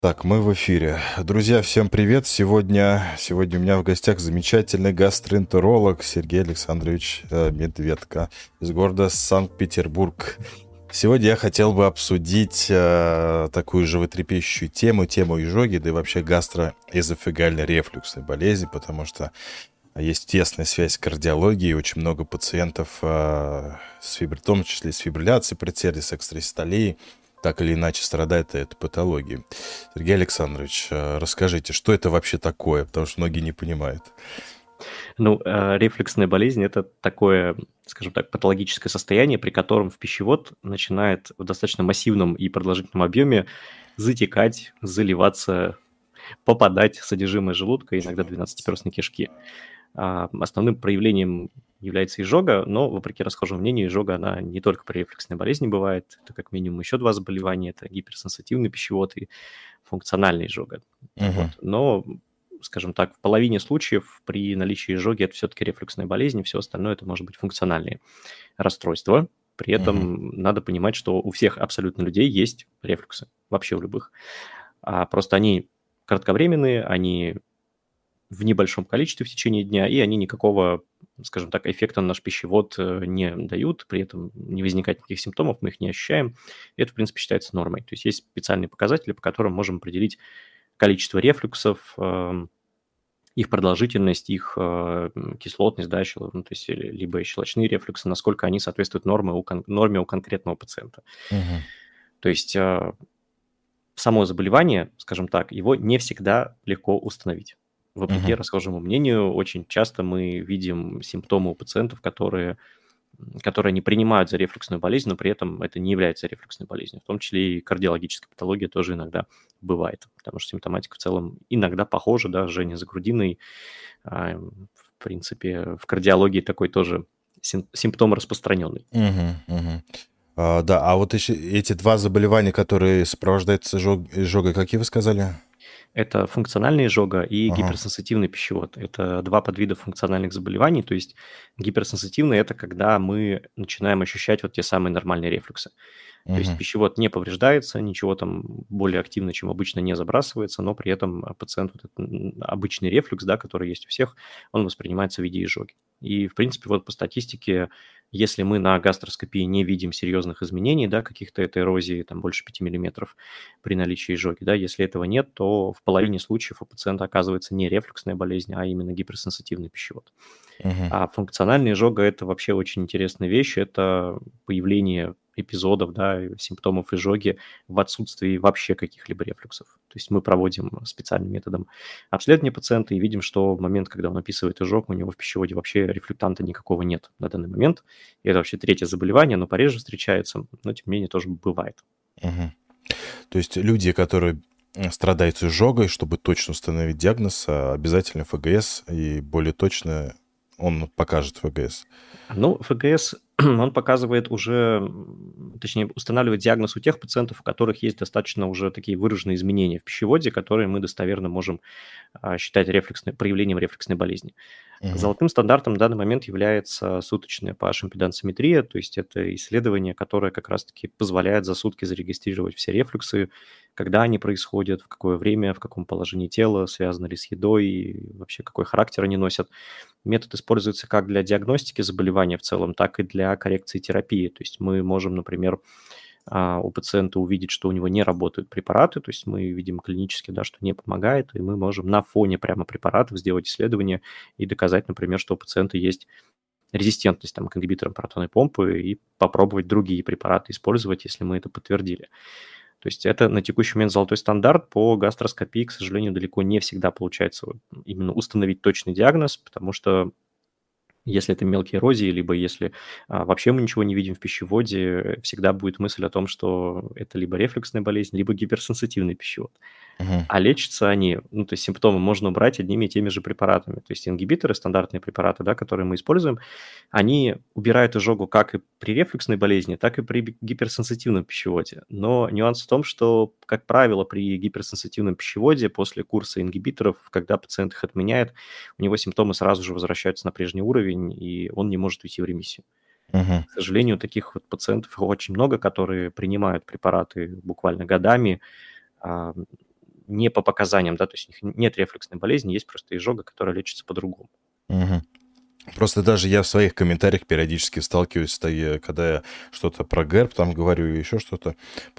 Так, мы в эфире. Друзья, всем привет. Сегодня у меня в гостях замечательный гастроэнтеролог Сергей Александрович Медведко из города Санкт-Петербург. Сегодня я хотел бы обсудить такую животрепещущую тему изжоги, да и вообще гастроэзофагальной рефлюксной болезни, потому что есть тесная связь с кардиологией, очень много пациентов, в том числе с фибрилляцией предсердий, с экстрасистолией, так или иначе страдает этой патологией. Сергей Александрович, расскажите, что это вообще такое, потому что многие не понимают. Рефлюксная болезнь – это такое, скажем так, патологическое состояние, при котором в пищевод начинает в достаточно массивном и продолжительном объеме затекать, заливаться, попадать содержимое желудка, иногда двенадцатиперстной кишки. Основным проявлением является изжога, но, вопреки расхожему мнению, изжога, она не только при рефлюксной болезни бывает. Это как минимум еще два заболевания – это гиперсенситивный пищевод и функциональная изжога. Мгм. Но, скажем так, в половине случаев при наличии изжоги это все-таки рефлюксная болезнь, все остальное это может быть функциональные расстройства. При Мгм. этом надо понимать, что у всех абсолютно людей есть рефлюксы, вообще у любых. Просто они кратковременные, они в небольшом количестве в течение дня, и они никакого, скажем так, эффекта на наш пищевод не дают, при этом не возникает никаких симптомов, мы их не ощущаем, и это, в принципе, считается нормой. То есть есть специальные показатели, по которым можем определить количество рефлюксов, их продолжительность, их кислотность, да, то есть либо щелочные рефлюксы, насколько они соответствуют норме у конкретного пациента. Мгм. То есть само заболевание, скажем так, его не всегда легко установить. Вопреки Мгм. расхожему мнению, очень часто мы видим симптомы у пациентов, которые не принимают за рефлюксную болезнь, но при этом это не является рефлюксной болезнью. В том числе и кардиологическая патология тоже иногда бывает, потому что симптоматика в целом иногда похожа, да, жжение за грудиной. В принципе, в кардиологии такой тоже симптом распространенный. Мгм. Мгм. Да, а вот эти два заболевания, которые сопровождаются изжогой, какие вы сказали? Это функциональная изжога и Ага. гиперсенситивный пищевод. Это два подвида функциональных заболеваний. То есть гиперсенситивный – это когда мы начинаем ощущать вот те самые нормальные рефлюксы. То есть Мгм. пищевод не повреждается, ничего там более активно, чем обычно, не забрасывается, но при этом пациент вот этот обычный рефлюкс, да, который есть у всех, он воспринимается в виде изжоги. И, в принципе, вот по статистике, если мы на гастроскопии не видим серьезных изменений, да, каких-то этой эрозии, там, больше 5 миллиметров при наличии изжоги, да, если этого нет, то в половине случаев у пациента оказывается не рефлюксная болезнь, а именно гиперсенситивный пищевод. Мгм. А функциональная изжога – это вообще очень интересная вещь. Это появление эпизодов, да, симптомов изжоги в отсутствии вообще каких-либо рефлюксов. То есть мы проводим специальным методом обследования пациента и видим, что в момент, когда он описывает изжогу, у него в пищеводе вообще рефлюктанта никакого нет на данный момент. И это вообще третье заболевание, оно пореже встречается, но тем не менее тоже бывает. Мгм. То есть люди, которые страдают изжогой, чтобы точно установить диагноз, обязательно ФГС, и более точно он покажет ФГС. Ну, ФГС, он показывает уже, точнее, устанавливает диагноз у тех пациентов, у которых есть достаточно уже такие выраженные изменения в пищеводе, которые мы достоверно можем считать проявлением рефлюксной болезни. Мгм. Золотым стандартом в данный момент является суточная pH-импедансометрия, то есть это исследование, которое как раз-таки позволяет за сутки зарегистрировать все рефлюксы, когда они происходят, в какое время, в каком положении тела, связаны ли с едой, и вообще какой характер они носят. Метод используется как для диагностики заболевания в целом, так и для коррекции терапии. То есть мы можем, например, у пациента увидеть, что у него не работают препараты, то есть мы видим клинически, да, что не помогает, и мы можем на фоне прямо препаратов сделать исследование и доказать, например, что у пациента есть резистентность там, к ингибиторам протонной помпы и попробовать другие препараты использовать, если мы это подтвердили. То есть это на текущий момент золотой стандарт. По гастроскопии, к сожалению, далеко не всегда получается вот именно установить точный диагноз, потому что если это мелкие эрозии, либо если вообще мы ничего не видим в пищеводе, всегда будет мысль о том, что это либо рефлюксная болезнь, либо гиперсенситивный пищевод. Мгм. А лечатся они, ну, то есть симптомы можно убрать одними и теми же препаратами. То есть ингибиторы, стандартные препараты, да, которые мы используем, они убирают изжогу как и при рефлюксной болезни, так и при гиперсенситивном пищеводе. Но нюанс в том, что, как правило, при гиперсенситивном пищеводе после курса ингибиторов, когда пациент их отменяет, у него симптомы сразу же возвращаются на прежний уровень, и он не может уйти в ремиссию. Мгм. К сожалению, таких вот пациентов очень много, которые принимают препараты буквально годами, а, не по показаниям, да, то есть у них нет рефлюксной болезни, есть просто изжога, которая лечится по-другому. Мгм. Просто даже я в своих комментариях периодически сталкиваюсь, когда я что-то про ГЭРБ там говорю, и еще что-то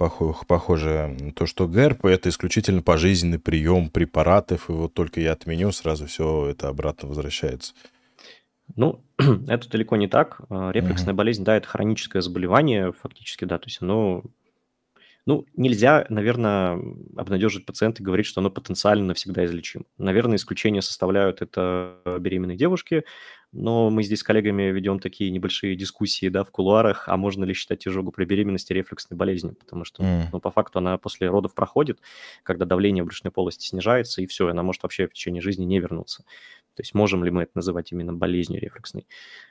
похожее, то, что ГЭРБ — это исключительно пожизненный прием препаратов, и вот только я отменю, сразу все это обратно возвращается. Ну, это далеко не так. Рефлюксная Мгм. болезнь, да, это хроническое заболевание фактически, да, то есть оно... Ну, нельзя, наверное, обнадеживать пациента и говорить, что оно потенциально навсегда излечимо. Наверное, исключения составляют это беременные девушки, но мы здесь с коллегами ведем такие небольшие дискуссии, да, в кулуарах, а можно ли считать изжогу при беременности рефлюксной болезнью, потому что, М. ну, по факту она после родов проходит, когда давление в брюшной полости снижается, и все, она может вообще в течение жизни не вернуться. То есть можем ли мы это называть именно болезнью рефлюксной?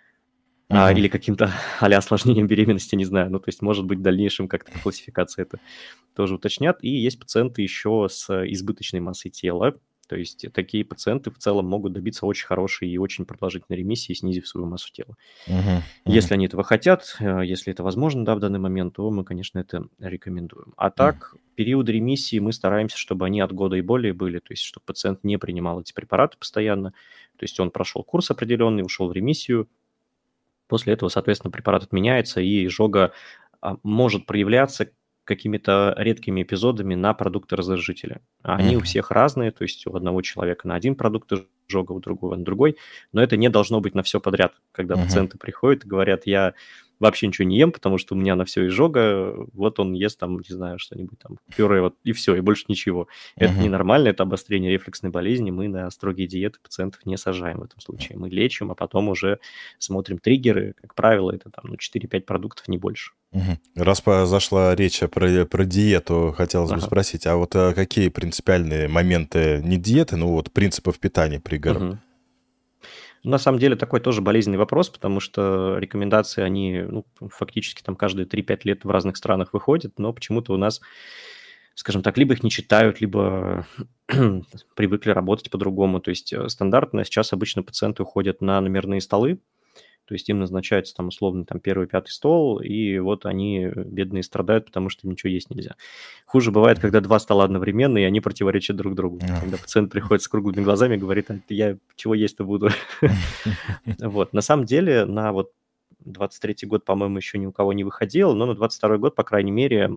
Мгм. Или каким-то а-ля осложнением беременности, не знаю. Ну, то есть, может быть, в дальнейшем как-то по классификации это тоже уточнят. И есть пациенты еще с избыточной массой тела. То есть такие пациенты в целом могут добиться очень хорошей и очень продолжительной ремиссии, снизив свою массу тела. Мгм. Мгм. Если они этого хотят, если это возможно, да, в данный момент, то мы, конечно, это рекомендуем. А М. так, периоды ремиссии мы стараемся, чтобы они от года и более были, то есть чтобы пациент не принимал эти препараты постоянно, то есть он прошел курс определенный, ушел в ремиссию, после этого, соответственно, препарат отменяется, и изжога может проявляться какими-то редкими эпизодами на продукты раздражителя. Они у Мгм. всех разные, то есть у одного человека на один продукт изжога, у другого на другой, но это не должно быть на все подряд. Когда Мгм. пациенты приходят и говорят, я вообще ничего не ем, потому что у меня на все изжога, вот он ест там, не знаю, что-нибудь там, пюре, вот, и все, и больше ничего. Это Мгм. ненормально, это обострение рефлексной болезни, мы на строгие диеты пациентов не сажаем в этом случае. Мы лечим, а потом уже смотрим триггеры, как правило, это там, ну, 4-5 продуктов, не больше. Мгм. Раз зашла речь про диету, хотелось бы Ага. спросить, а вот какие принципиальные моменты не диеты, ну вот принципов питания при ГЭРБ? Мгм. На самом деле такой тоже болезненный вопрос, потому что рекомендации, они, ну, фактически там каждые 3-5 лет в разных странах выходят, но почему-то у нас, скажем так, либо их не читают, либо привыкли работать по-другому. То есть стандартно сейчас обычно пациенты уходят на номерные столы, то есть им назначается там условно там первый, пятый стол, и вот они, бедные, страдают, потому что им ничего есть нельзя. Хуже бывает, когда два стола одновременно, и они противоречат друг другу. Когда пациент приходит с круглыми глазами и говорит, а я чего есть-то буду? Вот. На самом деле на вот 23-й год, по-моему, еще ни у кого не выходил, но на 22-й год, по крайней мере,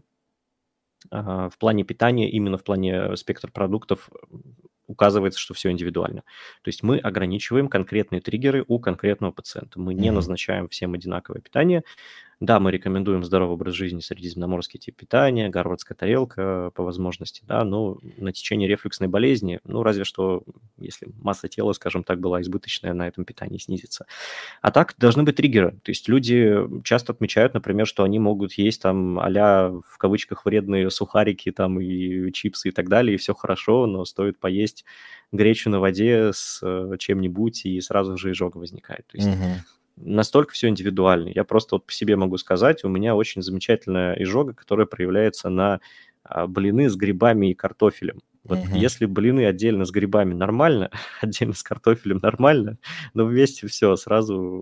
в плане питания, именно в плане спектра продуктов, указывается, что все индивидуально. То есть мы ограничиваем конкретные триггеры у конкретного пациента. Мы не Мгм. назначаем всем одинаковое питание. Да, мы рекомендуем здоровый образ жизни, средиземноморский тип питания, гарвардская тарелка по возможности, да, но на течение рефлюксной болезни, ну, разве что, если масса тела, скажем так, была избыточная, на этом питании снизится. А так должны быть триггеры. То есть люди часто отмечают, например, что они могут есть там а-ля в кавычках вредные сухарики там и чипсы и так далее, и все хорошо, но стоит поесть гречу на воде с чем-нибудь, и сразу же изжога возникает. То есть Мгм. настолько все индивидуально. Я просто вот по себе могу сказать, у меня очень замечательная изжога, которая проявляется на блины с грибами и картофелем. Вот Мгм. если блины отдельно с грибами нормально, отдельно с картофелем нормально, но вместе все, сразу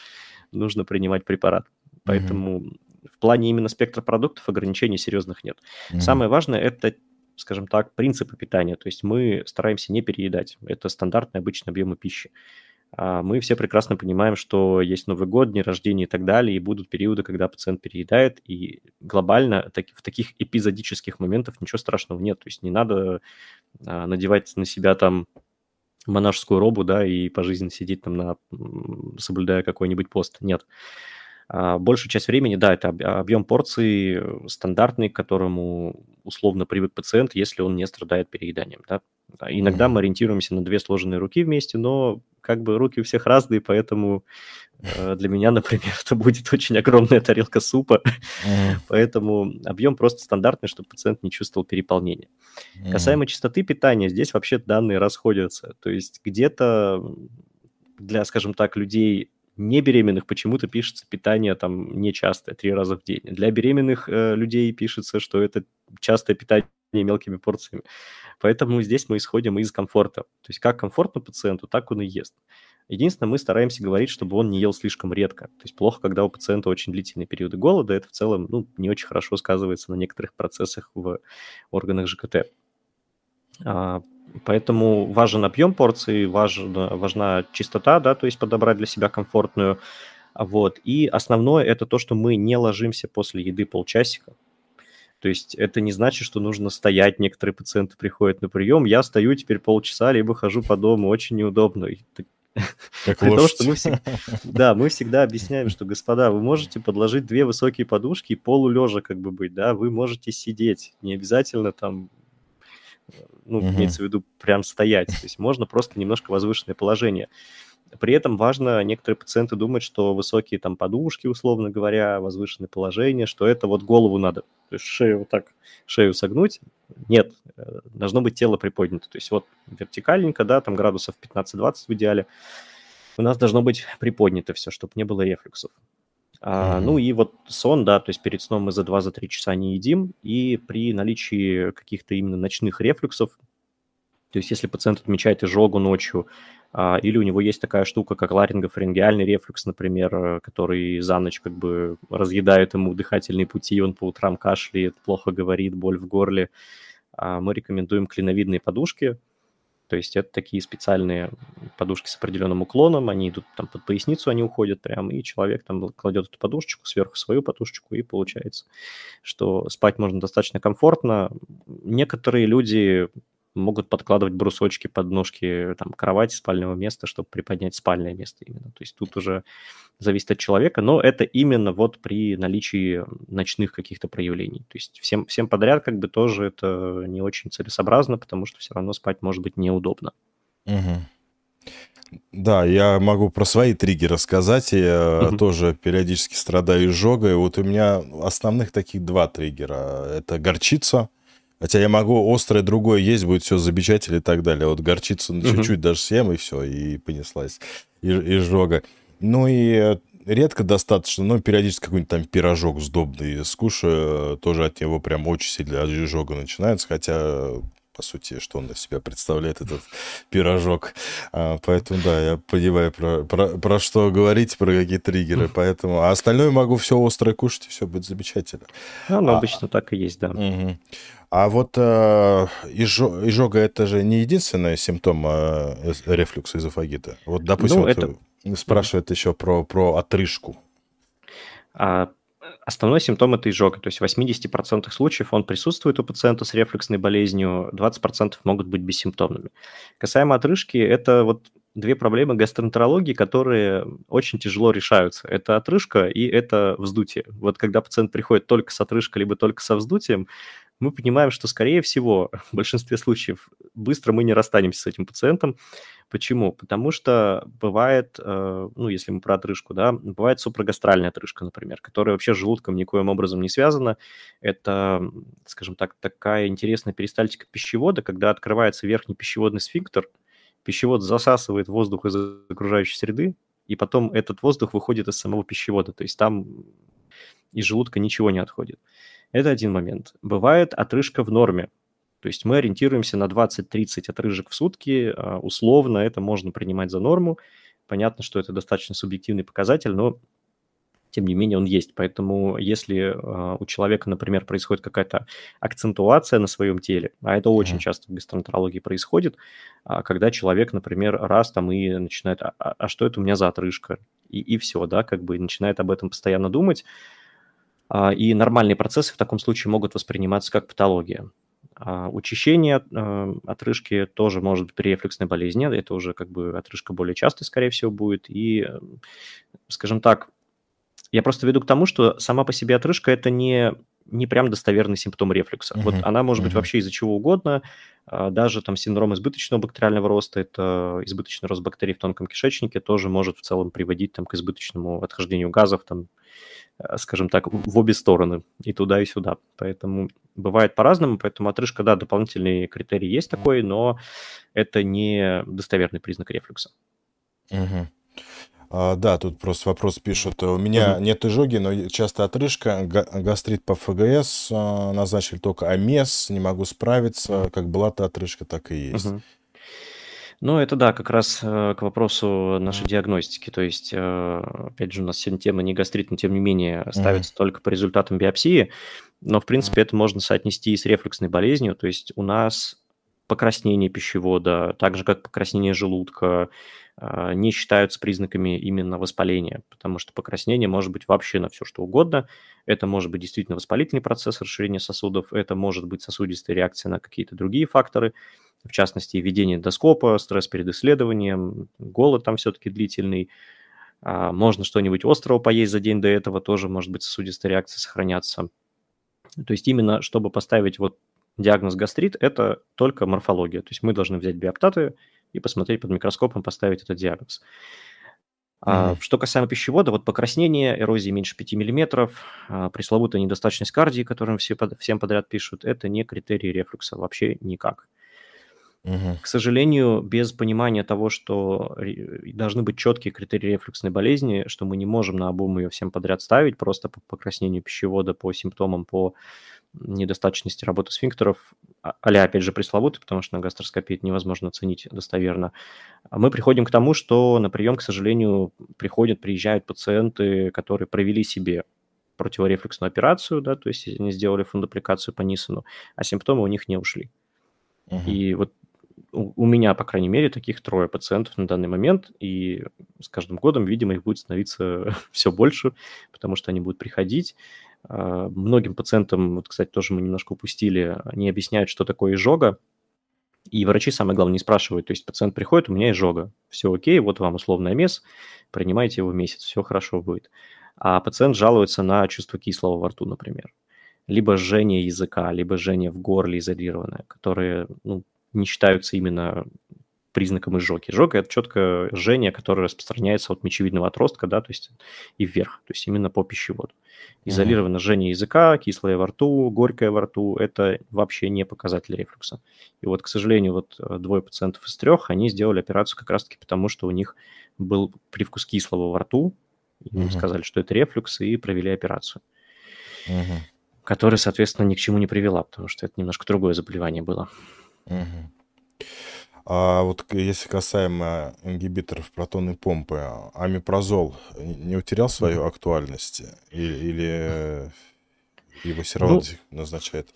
нужно принимать препарат. Мгм. Поэтому в плане именно спектра продуктов ограничений серьезных нет. Мгм. Самое важное – это, скажем так, принципы питания. То есть мы стараемся не переедать. Это стандартные обычные объемы пищи. Мы все прекрасно понимаем, что есть Новый год, дни рождения и так далее, и будут периоды, когда пациент переедает, и глобально в таких эпизодических моментах ничего страшного нет. То есть не надо надевать на себя там монашескую робу, да, и пожизненно сидеть там, соблюдая какой-нибудь пост. Нет. Большую часть времени, да, это объем порции стандартный, к которому условно привык пациент, если он не страдает перееданием, да. Иногда Мгм. мы ориентируемся на две сложенные руки вместе, но как бы руки у всех разные, поэтому для меня, например, это будет очень огромная тарелка супа, Мгм. поэтому объем просто стандартный, чтобы пациент не чувствовал переполнения. Мгм. Касаемо частоты питания, здесь вообще данные расходятся. То есть где-то для, скажем так, людей не беременных почему-то пишется питание там нечастое, 3 раза в день. Для беременных людей пишется, что это частое питание мелкими порциями. Поэтому здесь мы исходим из комфорта. То есть как комфортно пациенту, так он и ест. Единственное, мы стараемся говорить, чтобы он не ел слишком редко. То есть плохо, когда у пациента очень длительные периоды голода. Это в целом, ну, не очень хорошо сказывается на некоторых процессах в органах ЖКТ. А, Поэтому важен объем порции, важна чистота, да, то есть подобрать для себя комфортную. Вот. И основное – это то, что мы не ложимся после еды полчасика. То есть это не значит, что нужно стоять. Некоторые пациенты приходят на прием, я стою теперь полчаса, либо хожу по дому, очень неудобно. Как При том, что лошадь. мы всегда объясняем, что, господа, вы можете подложить 2 высокие подушки и полулежа как бы быть, да, вы можете сидеть, не обязательно там, Мгм. имеется в виду прям стоять, то есть можно просто немножко возвышенное положение. При этом важно, некоторые пациенты думают, что высокие там подушки, условно говоря, возвышенное положение, что это вот голову надо, то есть шею вот так, шею согнуть. Нет, должно быть тело приподнято. То есть вот вертикальненько, да, там градусов 15-20 в идеале, у нас должно быть приподнято все, чтобы не было рефлюксов. Ну Мгм. и вот сон, да, то есть перед сном мы за 2-3 часа не едим, и при наличии каких-то именно ночных рефлюксов, то есть если пациент отмечает изжогу ночью, или у него есть такая штука, как ларингофарингеальный рефлюкс, например, который за ночь как бы разъедает ему дыхательные пути, он по утрам кашляет, плохо говорит, боль в горле, мы рекомендуем клиновидные подушки. То есть это такие специальные подушки с определенным уклоном, они идут там под поясницу, они уходят прям, и человек там кладет эту подушечку, сверху свою подушечку, и получается, что спать можно достаточно комфортно. Некоторые люди могут подкладывать брусочки под ножки там, кровати, спального места, чтобы приподнять спальное место именно. То есть тут уже зависит от человека, но это именно вот при наличии ночных каких-то проявлений. То есть всем подряд как бы тоже это не очень целесообразно, потому что все равно спать может быть неудобно. Мгм. Да, я могу про свои триггеры рассказать. Я Мгм. тоже периодически страдаю изжогой. Вот у меня основных таких два триггера. Это горчица. Хотя я могу острое другое есть, будет все замечательно и так далее. Вот горчицу Мгм. чуть-чуть даже съем, и все, и понеслась изжога. Ну и редко достаточно, но периодически какой-нибудь там пирожок сдобный скушаю, тоже от него прям очень сильно изжога начинается, хотя, по сути, что он из себя представляет, этот пирожок. Поэтому, да, я понимаю, про что говорить, про какие триггеры, поэтому... А остальное могу все острое кушать, и все будет замечательно. Ну, А, обычно так и есть, да. мгм. А вот изжога это же не единственный симптом рефлюкса эзофагита. Вот, допустим, Ну, вот это... Мгм. спрашивают еще про отрыжку. А, Основной симптом – это изжога. То есть в 80% случаев он присутствует у пациента с рефлюксной болезнью, 20% могут быть бессимптомными. Касаемо отрыжки, это вот две проблемы гастроэнтерологии, которые очень тяжело решаются. Это отрыжка и это вздутие. Вот когда пациент приходит только с отрыжкой либо только со вздутием, мы понимаем, что, скорее всего, в большинстве случаев быстро мы не расстанемся с этим пациентом. Почему? Потому что бывает, если мы про отрыжку, да, бывает супрогастральная отрыжка, например, которая вообще с желудком никоим образом не связана. Это, скажем так, такая интересная перистальтика пищевода, когда открывается верхний пищеводный сфинктер, пищевод засасывает воздух из окружающей среды, и потом этот воздух выходит из самого пищевода, то есть там из желудка ничего не отходит. Это один момент. Бывает отрыжка в норме. То есть мы ориентируемся на 20-30 отрыжек в сутки. Условно это можно принимать за норму. Понятно, что это достаточно субъективный показатель, но тем не менее он есть. Поэтому если у человека, например, происходит какая-то акцентуация на своем теле, а это очень Мгм. часто в гастроэнтерологии происходит, когда человек, например, раз там и начинает, что это у меня за отрыжка? И все, да, как бы и начинает об этом постоянно думать, и нормальные процессы в таком случае могут восприниматься как патология. Учащение отрыжки тоже может быть при рефлюксной болезни. Это уже как бы отрыжка более часто, скорее всего, будет. И, скажем так, я просто веду к тому, что сама по себе отрыжка – это не прям достоверный симптом рефлюкса. Вот Мгм. она может быть Мгм. вообще из-за чего угодно, даже там синдром избыточного бактериального роста, это избыточный рост бактерий в тонком кишечнике, тоже может в целом приводить там, к избыточному отхождению газов, там, скажем так, в обе стороны, и туда, и сюда. Поэтому бывает по-разному, поэтому отрыжка, да, дополнительный критерий есть такой, но это не достоверный признак рефлюкса. Мгм. Да, тут просто вопрос пишут. У Мгм. меня нет изжоги, но часто отрыжка, гастрит по ФГС, назначили только АМЕС, не могу справиться. Как была та отрыжка, так и есть. Мгм. Ну, это да, как раз к вопросу нашей Мгм. диагностики. То есть, опять же, у нас сегодня тема не гастрит, но тем не менее Мгм. ставится только по результатам биопсии. Но, в принципе, это можно соотнести и с рефлюксной болезнью. То есть у нас покраснение пищевода, так же как покраснение желудка, не считаются признаками именно воспаления, потому что покраснение может быть вообще на все что угодно. Это может быть действительно воспалительный процесс расширения сосудов, это может быть сосудистая реакция на какие-то другие факторы, в частности, введение эндоскопа, стресс перед исследованием, голод там все-таки длительный. Можно что-нибудь острого поесть за день до этого, тоже может быть сосудистая реакция сохраняться. То есть именно чтобы поставить вот диагноз гастрит, это только морфология. То есть мы должны взять биоптаты и посмотреть под микроскопом, поставить этот диагноз. Что касаемо пищевода, вот покраснение, эрозии меньше 5 мм, пресловутая недостаточность кардии, которым всем подряд пишут, это не критерий рефлюкса, вообще никак. К сожалению, без понимания того, что должны быть четкие критерии рефлюксной болезни, что мы не можем наобум ее всем подряд ставить, просто по покраснению пищевода, по симптомам, по недостаточности работы сфинктеров, опять же, пресловутый, потому что на гастроскопии это невозможно оценить достоверно. Мы приходим к тому, что на прием, к сожалению, приезжают пациенты, которые провели себе противорефлюксную операцию, да, то есть они сделали фундупликацию по Нисону, а симптомы у них не ушли. И вот у меня, по крайней мере, таких 3 пациентов на данный момент, и с каждым годом, видимо, их будет становиться все больше, потому что они будут приходить. Многим пациентам, вот, кстати, тоже мы немножко упустили, они объясняют, что такое изжога, и врачи, самое главное, не спрашивают. То есть пациент приходит, у меня изжога, все окей, вот вам условный омес, принимайте его месяц, все хорошо будет. А пациент жалуется на чувство кислого во рту, например. Либо жжение языка, либо жжение в горле изолированное, которые не считаются именно признаком изжоги. Изжога – это четко жжение, которое распространяется от мечевидного отростка, да, то есть и вверх, то есть именно по пищеводу. Изолированное жжение языка, кислое во рту, горькое во рту – это вообще не показатель рефлюкса. И вот, к сожалению, вот 2 пациентов из 3, они сделали операцию как раз-таки потому, что у них был привкус кислого во рту, им сказали, что это рефлюкс, и провели операцию, которая, соответственно, ни к чему не привела, потому что это немножко другое заболевание было. А вот если касаемо ингибиторов протонной помпы, омепразол не утерял свою актуальность? Или его все равно назначают?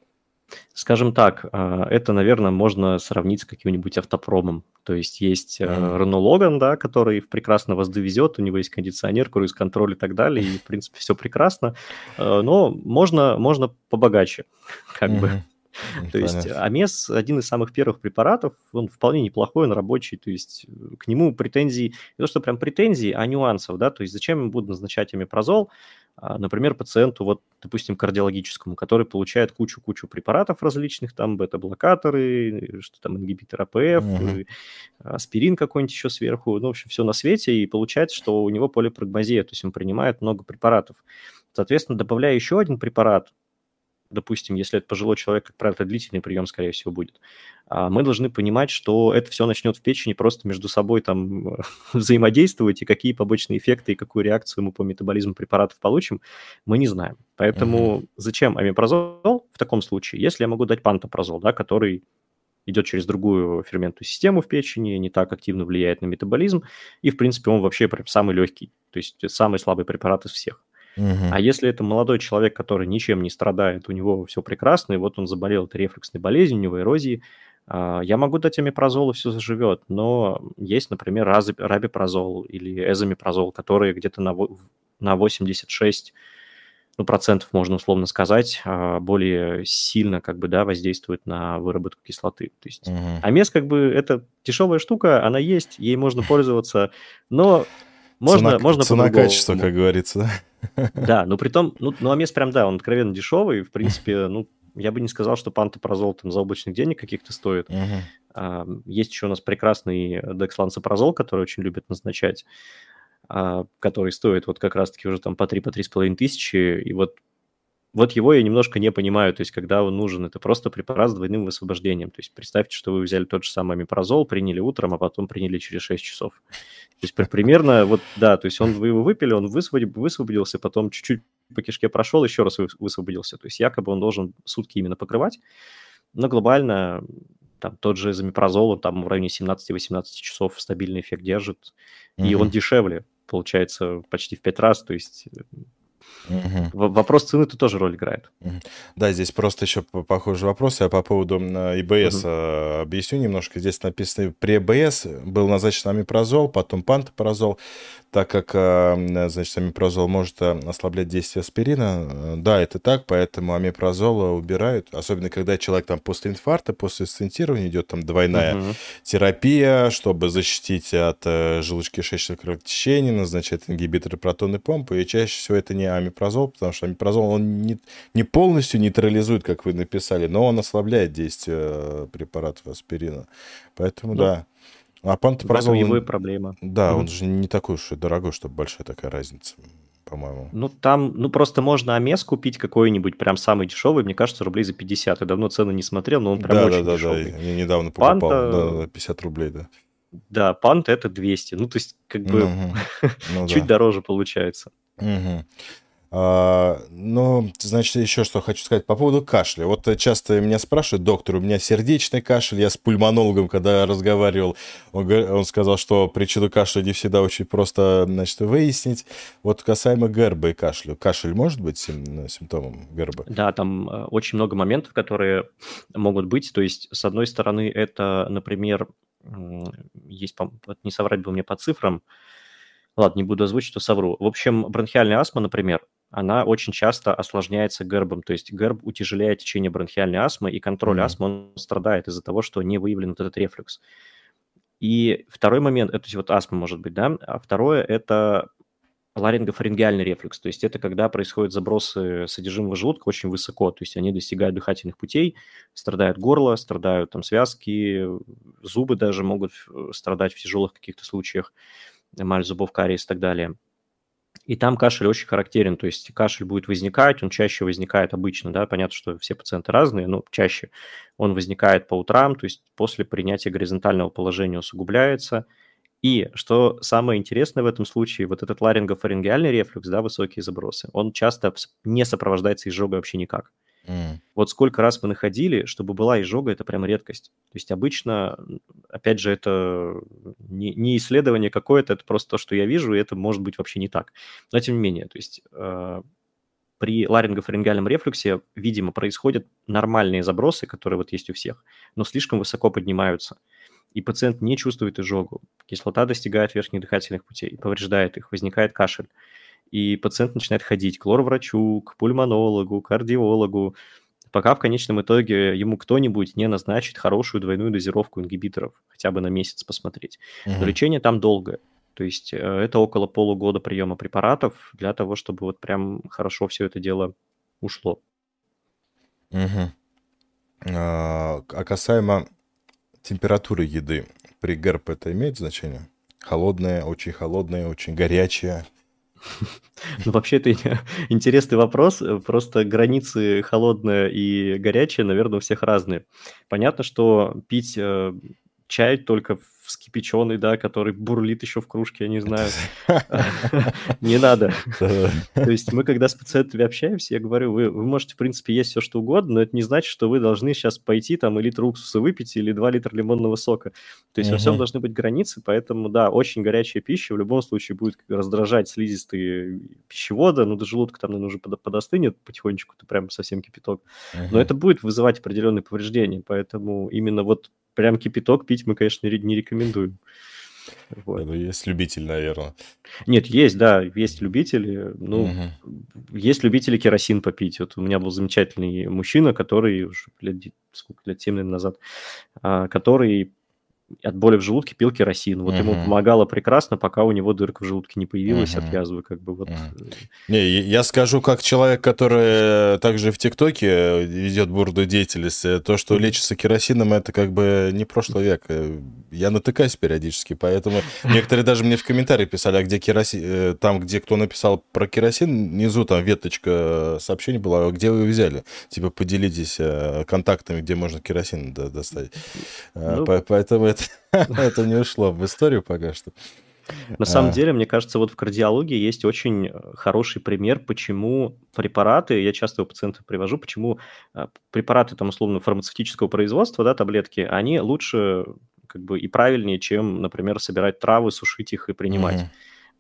Скажем так, это, наверное, можно сравнить с каким-нибудь автопромом. То есть Renault Logan, да, который прекрасно вас довезет, у него есть кондиционер, круиз-контроль и так далее, и, в принципе, все прекрасно. Но можно побогаче, как бы. То есть омес – один из самых первых препаратов, он вполне неплохой, он рабочий, то есть к нему претензий, не то что прям претензий, а нюансов, да, то есть зачем им будут назначать омепразол, например, пациенту, вот, допустим, кардиологическому, который получает кучу препаратов различных, там бета-блокаторы, что там ингибитор АПФ, аспирин какой-нибудь еще сверху, в общем, все на свете, и получается, что у него полипрагмазия, то есть он принимает много препаратов. Соответственно, добавляя еще один препарат, допустим, если это пожилой человек, как правило, это длительный прием, скорее всего, будет, мы должны понимать, что это все начнет в печени просто между собой там взаимодействовать, и какие побочные эффекты и какую реакцию мы по метаболизму препаратов получим, мы не знаем. Поэтому зачем омепразол в таком случае, если я могу дать пантопразол, да, который идет через другую ферментную систему в печени, не так активно влияет на метаболизм, и, в принципе, он вообще прям самый легкий, то есть самый слабый препарат из всех. А если это молодой человек, который ничем не страдает, у него все прекрасно, и вот он заболел этой рефлюксной болезнью, у него эрозии, я могу дать омепразол, и все заживет, но есть, например, рабипрозол или эзомепразол, которые где-то на 86% можно условно сказать, более сильно воздействует на выработку кислоты. То есть омес это дешевая штука, она есть, ей можно пользоваться, но можно цена-качество, как говорится, да? Да, но при том, омес прям, да, он откровенно дешевый, в принципе, я бы не сказал, что пантопразол там заоблачных денег каких-то стоит. Есть еще у нас прекрасный декслансопразол, который очень любят назначать, который стоит вот как раз-таки уже там по 3-3,5 тысячи, и вот его я немножко не понимаю, то есть когда он нужен, это просто препарат с двойным высвобождением. То есть представьте, что вы взяли тот же самый омепразол, приняли утром, а потом приняли через 6 часов. То есть примерно, то есть вы его выпили, он высвободился, потом чуть-чуть по кишке прошел, еще раз высвободился. То есть якобы он должен сутки именно покрывать, но глобально там тот же омепразол, он там в районе 17-18 часов стабильный эффект держит, и он дешевле, получается, почти в 5 раз, то есть Мгм. Вопрос цены тут тоже роль играет. Мгм. Да, здесь просто еще похожий вопрос. Я по поводу ИБС Мгм. объясню немножко. Здесь написано, при ИБС был назначен амипрозол, потом пантопразол, так как, значит, амипрозол может ослаблять действие аспирина. Да, это так, поэтому амипрозол убирают, особенно когда человек там после инфаркта, после стентирования идет там двойная Мгм. терапия, чтобы защитить от желудочно-кишечного кровотечения, назначают ингибиторы протонной помпы, и чаще всего это не амипрозол, потому что амипрозол, он не полностью нейтрализует, как вы написали, но он ослабляет действие препаратов аспирина. Поэтому Ну, да. А в этом пантопразол, его и проблема. да, он Мгм. же не такой уж и дорогой, чтобы большая такая разница, по-моему. Ну, там, ну, просто можно Амес купить какой-нибудь, прям самый дешевый, мне кажется, рублей за 50. Я давно цены не смотрел, но он прям очень Да-да-да-да, дешевый. я недавно покупал, Панта, да, 50 рублей, да. да, Панта это 200. Ну, то есть, как Ну, бы, ну чуть да. дороже получается. Мгм. Ну, значит, еще что хочу сказать по поводу кашля. Вот часто меня спрашивают, доктор, у меня сердечный кашель. Я с пульмонологом, когда разговаривал, он сказал, что причину кашля не всегда очень просто, значит, выяснить. Вот касаемо ГРБ и кашля. Кашель может быть симптомом ГРБ? Да, там очень много моментов, которые могут быть. То есть, с одной стороны, это, например, есть, вот не соврать бы мне по цифрам, ладно, не буду озвучить, что совру. В общем, бронхиальная астма, например, она очень часто осложняется гербом. То есть герб утяжеляет течение бронхиальной астмы, и контроль Мгм. астмы, он страдает из-за того, что не выявлен вот этот рефлюкс. И второй момент, это вот астма может быть, да, а второе – это ларингофарингеальный рефлюкс, то есть это когда происходят забросы содержимого желудка очень высоко, то есть они достигают дыхательных путей, страдает горло, страдают там связки, зубы даже могут страдать в тяжелых каких-то случаях, эмаль зубов, кариес и так далее. И там кашель очень характерен, то есть кашель будет возникать, он чаще возникает обычно, да, понятно, что все пациенты разные, но чаще он возникает по утрам, то есть после принятия горизонтального положения усугубляется. И что самое интересное в этом случае, вот этот ларингофарингеальный рефлюкс, да, высокие забросы, он часто не сопровождается изжогой вообще никак. М. Вот сколько раз мы находили, чтобы была изжога, это прям редкость. То есть обычно, опять же, это не исследование какое-то, это просто то, что я вижу, и это может быть вообще не так. Но тем не менее, то есть при ларингофарингеальном рефлюксе, видимо, происходят нормальные забросы, которые вот есть у всех, но слишком высоко поднимаются. И пациент не чувствует изжогу. Кислота достигает верхних дыхательных путей, повреждает их, возникает кашель. И пациент начинает ходить к лор-врачу, к пульмонологу, кардиологу, пока в конечном итоге ему кто-нибудь не назначит хорошую двойную дозировку ингибиторов, хотя бы на месяц посмотреть. Но Мгм. лечение там долгое. То есть это около полугода приема препаратов для того, чтобы вот прям хорошо все это дело ушло. Мгм. А касаемо температуры еды, при ГЭРБ это имеет значение? Холодная, очень горячая. Ну, вообще, это интересный вопрос. Просто границы холодное и горячее, наверное, у всех разные. Понятно, что пить чай только вскипяченный, да, который бурлит еще в кружке, я не знаю, не надо. То есть мы, когда с пациентами общаемся, я говорю, вы можете, в принципе, есть все, что угодно, но это не значит, что вы должны сейчас пойти там и литр уксуса выпить или 2 литра лимонного сока. То есть во всем Мгм. должны быть границы, поэтому, да, очень горячая пища в любом случае будет раздражать слизистые пищевода, ну, до желудка там, наверное, уже подостынет потихонечку, это прям совсем кипяток. Но Мгм. это будет вызывать определенные повреждения, поэтому именно вот прям кипяток пить мы, конечно, не рекомендуем. Вот. Ну, есть любитель, наверное. Нет, есть, да, есть любители. Ну, Мгм. есть любители керосин попить. Вот у меня был замечательный мужчина, который уже сколько лет, 7 наверно, назад, который от боли в желудке пил керосин. Вот ему Мгм. помогало прекрасно, пока у него дырка в желудке не появилась от Мгм. язвы. Как бы вот. Мгм. Не, я скажу, как человек, который также в ТикТоке ведет бурную деятельность, то, что Мгм. лечится керосином, это как бы не прошлый век. Я натыкаюсь периодически, поэтому некоторые даже мне в комментарии писали, а где керосин, там, где кто написал про керосин, внизу там веточка сообщений была, а где вы его взяли? Типа поделитесь контактами, где можно керосин достать. Ну, Поэтому это, это не ушло в историю пока что. на самом А, деле, мне кажется, вот в кардиологии есть очень хороший пример, почему препараты, я часто у пациентов привожу, почему препараты там условно фармацевтического производства, да, таблетки, они лучше как бы и правильнее, чем, например, собирать травы, сушить их и принимать. мгм.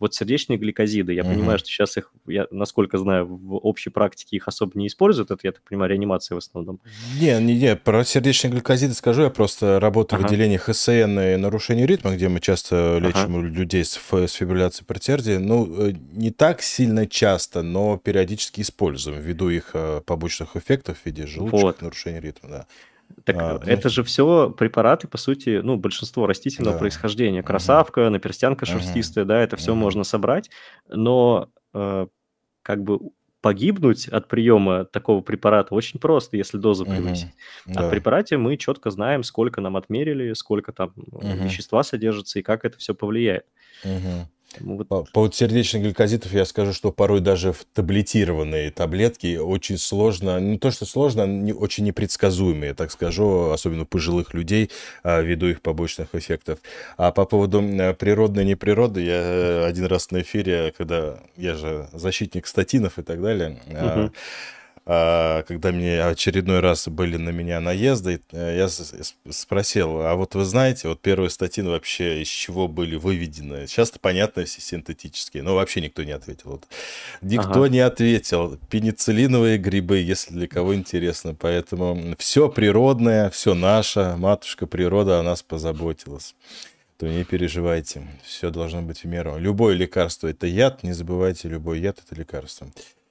Вот сердечные гликозиды, я понимаю, Мгм. что сейчас их, я, насколько знаю, в общей практике их особо не используют. Это, я так понимаю, реанимация в основном. Не, про сердечные глюкозиды скажу. Я просто работаю в Ага, отделении ХСН и нарушений ритма, где мы часто ага. лечим людей с фибрилляцией предсердия. Ну, не так сильно часто, но периодически используем ввиду их побочных эффектов в виде желудочных Вот. нарушений ритма, да. Так Ну, это же все препараты, по сути, ну, большинство растительного да. происхождения. Мгм. Красавка, наперстянка Мгм. шерстистая, да, это все Мгм. можно собрать, но как бы погибнуть от приема такого препарата очень просто, если дозу Мгм. превысить. А в Да. препарате мы четко знаем, сколько нам отмерили, сколько там Мгм. вещества содержится и как это все повлияет. Мгм. Поэтому вот, По поводу сердечных глюкозидов я скажу, что порой даже в таблетированные таблетки очень сложно, не то что сложно, очень непредсказуемые, так скажу, особенно у пожилых людей, ввиду их побочных эффектов. А по поводу природной, неприродной, я один раз на эфире, когда я же защитник статинов и так далее, мгм. когда мне очередной раз были на меня наезды, я спросил, а вот вы знаете, вот первые статины вообще из чего были выведены? Сейчас-то понятно, все синтетические, но вообще никто не ответил. Вот. Никто Ага. не ответил. Пенициллиновые грибы, если для кого интересно. Поэтому все природное, все наше, матушка природа о нас позаботилась. То не переживайте, все должно быть в меру. Любое лекарство – это яд, не забывайте, любой яд – это лекарство.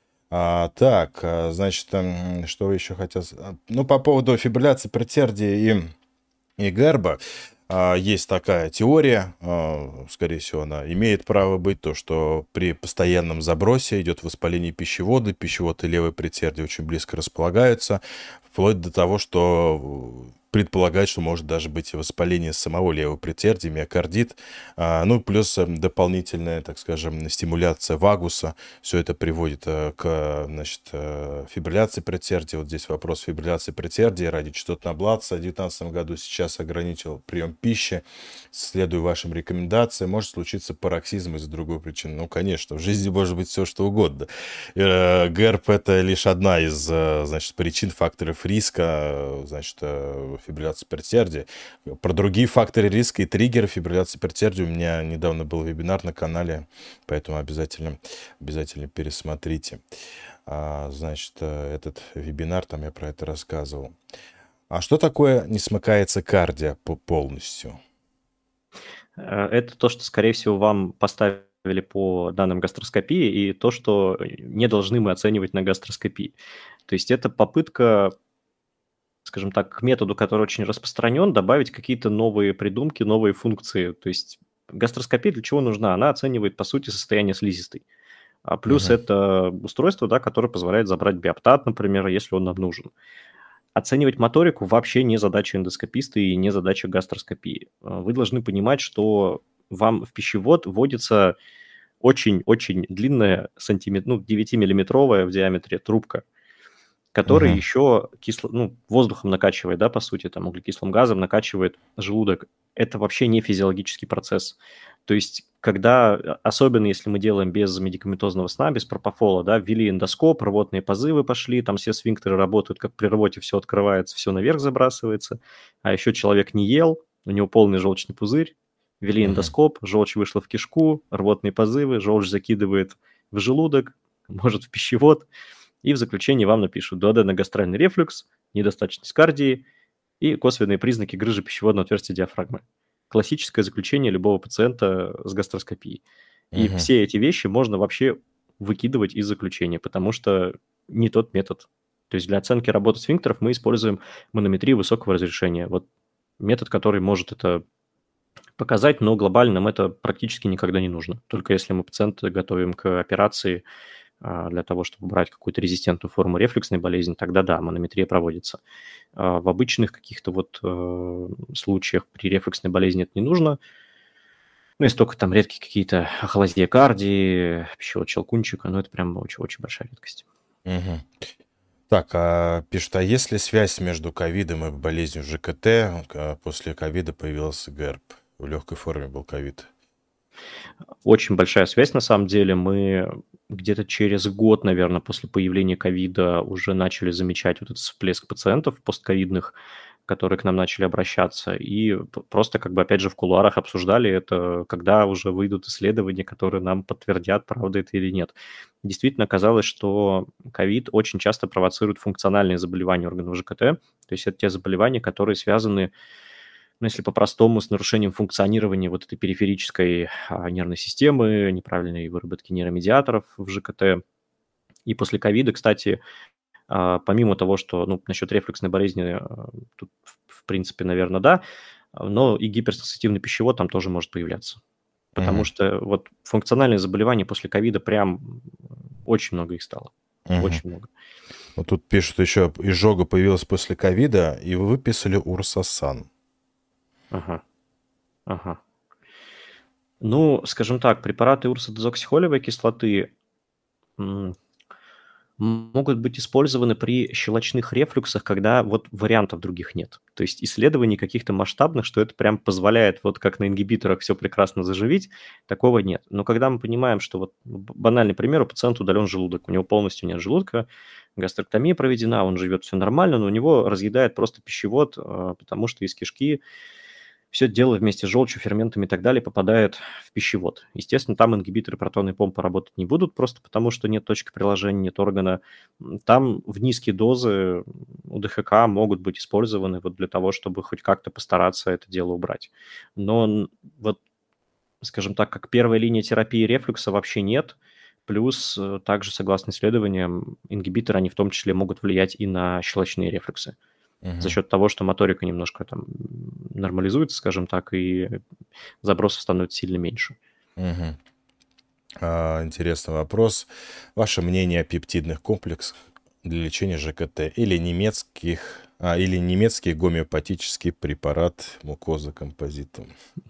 Значит, что вы еще хотел... Ну, по поводу фибрилляции предсердия и Герба, есть такая теория, скорее всего, она имеет право быть, то, что при постоянном забросе идет воспаление пищевода, пищевод и левое предсердие очень близко располагаются, вплоть до того, что предполагать, что может даже быть воспаление самого левого предсердия, миокардит, ну, плюс дополнительная, так скажем, стимуляция вагуса, все это приводит к, значит, фибрилляции предсердия. Вот здесь вопрос фибрилляции предсердия. Радиочастотная аблация в 2019 году сейчас ограничил прием пищи. Следуя вашим рекомендациям, может случиться пароксизм из-за другой причины. Ну, конечно, в жизни может быть все, что угодно. ГЭРБ – это лишь одна из, значит, причин, факторов риска, значит, фибрилляции предсердия. Про другие факторы риска и триггеры фибрилляции предсердия у меня недавно был вебинар на канале, поэтому обязательно пересмотрите. Значит, этот вебинар, там я про это рассказывал. А что такое не смыкается кардия полностью? Это то, что, скорее всего, вам поставили по данным гастроскопии, и то, что не должны мы оценивать на гастроскопии. То есть это попытка, скажем так, к методу, который очень распространен, добавить какие-то новые придумки, новые функции. То есть гастроскопия для чего нужна? Она оценивает, по сути, состояние слизистой. А плюс Мгм. это устройство, да, которое позволяет забрать биоптат, например, если он нам нужен. Оценивать моторику вообще не задача эндоскописта и не задача гастроскопии. Вы должны понимать, что вам в пищевод вводится очень-очень длинная, 9-миллиметровая в диаметре трубка, которая Мгм. еще воздухом накачивает, да, по сути, там, углекислым газом накачивает желудок. Это вообще не физиологический процесс. То есть, когда, особенно если мы делаем без медикаментозного сна, без пропофола, да, ввели эндоскоп, рвотные позывы пошли, там все сфинктеры работают, как при рвоте все открывается, все наверх забрасывается, а еще человек не ел, у него полный желчный пузырь, ввели Мгм. эндоскоп, желчь вышла в кишку, рвотные позывы, желчь закидывает в желудок, может в пищевод, и в заключении вам напишут дуоденогастральный рефлюкс, недостаточность кардии и косвенные признаки грыжи пищеводного отверстия диафрагмы. Классическое заключение любого пациента с гастроскопией. И Мгм. все эти вещи можно вообще выкидывать из заключения, потому что не тот метод. То есть для оценки работы сфинктеров мы используем манометрию высокого разрешения. Вот метод, который может это показать, но глобально нам это практически никогда не нужно. Только если мы пациента готовим к операции для того, чтобы убрать какую-то резистентную форму рефлюксной болезни, тогда да, манометрия проводится. В обычных каких-то вот случаях при рефлюксной болезни это не нужно. Ну, если только там редкие какие-то ахолазия кардии, пищевод щелкунчика, но это прям очень-очень большая редкость. Мгм. Так, пишут, а есть ли связь между ковидом и болезнью ЖКТ? После ковида появился ГЭРБ. В легкой форме был ковид. Очень большая связь, на самом деле. Мы где-то через год, наверное, после появления ковида уже начали замечать вот этот всплеск пациентов постковидных. которые к нам начали обращаться, и просто как бы опять же в кулуарах обсуждали это, когда уже выйдут исследования, которые нам подтвердят, правда это или нет. Действительно оказалось, что ковид очень часто провоцирует функциональные заболевания органов ЖКТ, то есть это те заболевания, которые связаны, ну, если по-простому, с нарушением функционирования вот этой периферической нервной системы, неправильной выработки нейромедиаторов в ЖКТ. И после ковида, кстати, помимо того, что, ну, насчет рефлюксной болезни, тут, в принципе, наверное, да, но и гиперсенситивный пищевод там тоже может появляться. Потому что вот функциональные заболевания после ковида прям очень много их стало. Очень много. Вот тут пишут еще, изжога появилась после ковида, и вы выписали Урсасан. Ага. Ну, скажем так, препараты урсодезоксихолевой кислоты могут быть использованы при щелочных рефлюксах, когда вот вариантов других нет. То есть исследований каких-то масштабных, что это прям позволяет, вот как на ингибиторах все прекрасно заживить, такого нет. Но когда мы понимаем, что вот банальный пример, у пациента удален желудок, у него полностью нет желудка, гастроктомия проведена, он живет все нормально, но у него разъедает просто пищевод, потому что из кишки все это дело вместе с желчью, ферментами и так далее попадает в пищевод. Естественно, там ингибиторы протонной помпы работать не будут, просто потому что нет точки приложения, нет органа. Там в низкие дозы УДХК могут быть использованы вот для того, чтобы хоть как-то постараться это дело убрать. Но вот, скажем так, как первая линия терапии рефлюкса вообще нет. Плюс также, согласно исследованиям, ингибиторы, они в том числе могут влиять и на щелочные рефлюксы. За счет того, что моторика немножко там нормализуется, скажем так, и забросов становится сильно меньше. Интересный вопрос. Ваше мнение о пептидных комплексах для лечения ЖКТ или немецкий гомеопатический препарат мукоза композитум?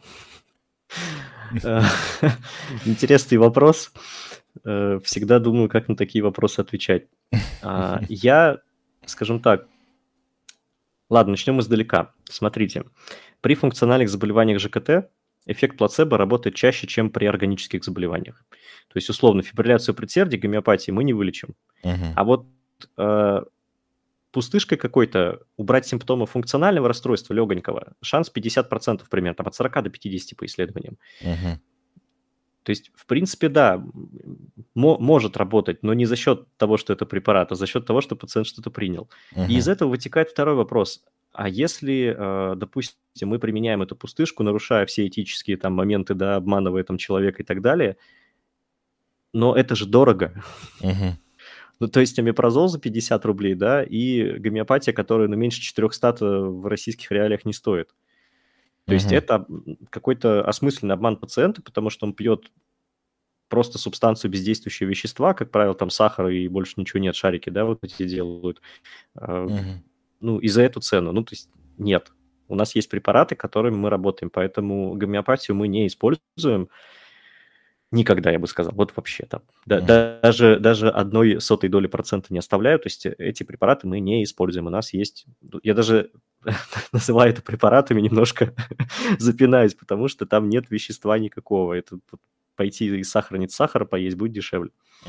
Интересный вопрос. Всегда думаю, как на такие вопросы отвечать. Я, скажем так, ладно, начнем издалека. Смотрите, при функциональных заболеваниях ЖКТ эффект плацебо работает чаще, чем при органических заболеваниях. То есть, условно, фибрилляцию предсердий гомеопатии мы не вылечим. А вот пустышкой какой-то убрать симптомы функционального расстройства легонького шанс 50% примерно, там от 40 до 50 по исследованиям. То есть, в принципе, да, может работать, но не за счет того, что это препарат, а за счет того, что пациент что-то принял. И из этого вытекает второй вопрос. А если, допустим, мы применяем эту пустышку, нарушая все этические там моменты, да, обманывая там человека и так далее, но это же дорого. Ну, то есть омепразол за 50 рублей, да, и гомеопатия, которая, ну, меньше 400 в российских реалиях не стоит. То есть это какой-то осмысленный обман пациента, потому что он пьет просто субстанцию бездействующего вещества, как правило, там сахар и больше ничего нет, шарики, да, вот эти делают. Ну, и за эту цену. Ну, то есть нет. У нас есть препараты, которыми мы работаем, поэтому гомеопатию мы не используем никогда, я бы сказал. Вот вообще там. Даже 0,01 доли процента не оставляю. То есть эти препараты мы не используем. У нас есть... Я даже называю это препаратами, немножко запинаюсь, потому что там нет вещества никакого. Это пойти из сахарницы сахара поесть будет дешевле.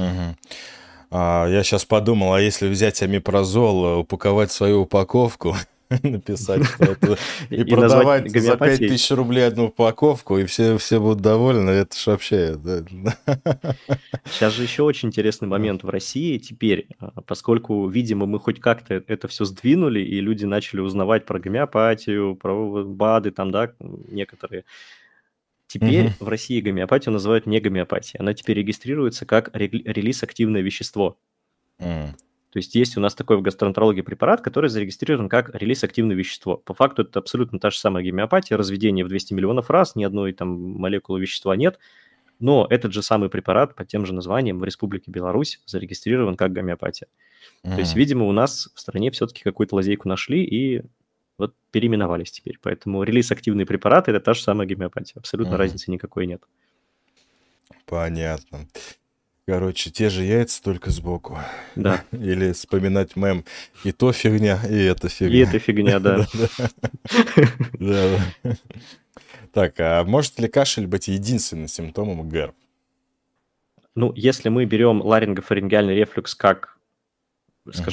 Я сейчас подумал, а если взять омепразол, упаковать свою упаковку, написать, что это... И продавать за 5000 рублей одну упаковку, и все будут довольны, это ж вообще... Сейчас же еще очень интересный момент в России теперь, поскольку, видимо, мы хоть как-то это все сдвинули, и люди начали узнавать про гомеопатию, про БАДы там, да, некоторые. Теперь в России гомеопатию называют не гомеопатией. Она теперь регистрируется как релиз-активное вещество. То есть у нас такой в гастроэнтерологии препарат, который зарегистрирован как релиз-активное вещество. По факту это абсолютно та же самая гомеопатия, разведение в 200 миллионов раз, ни одной там молекулы вещества нет. Но этот же самый препарат под тем же названием в Республике Беларусь зарегистрирован как гомеопатия. То есть, видимо, у нас в стране все-таки какую-то лазейку нашли и вот переименовались теперь. Поэтому релиз-активные препараты – это та же самая гомеопатия. Абсолютно разницы никакой нет. Понятно. Короче, те же яйца, только сбоку. Да. Или вспоминать мем. И то фигня, и это фигня. И это фигня, да. Да. Так, а может ли кашель быть единственным симптомом ГЭРБ? Ну, если мы берем ларингофарингеальный рефлюкс как, скажем так,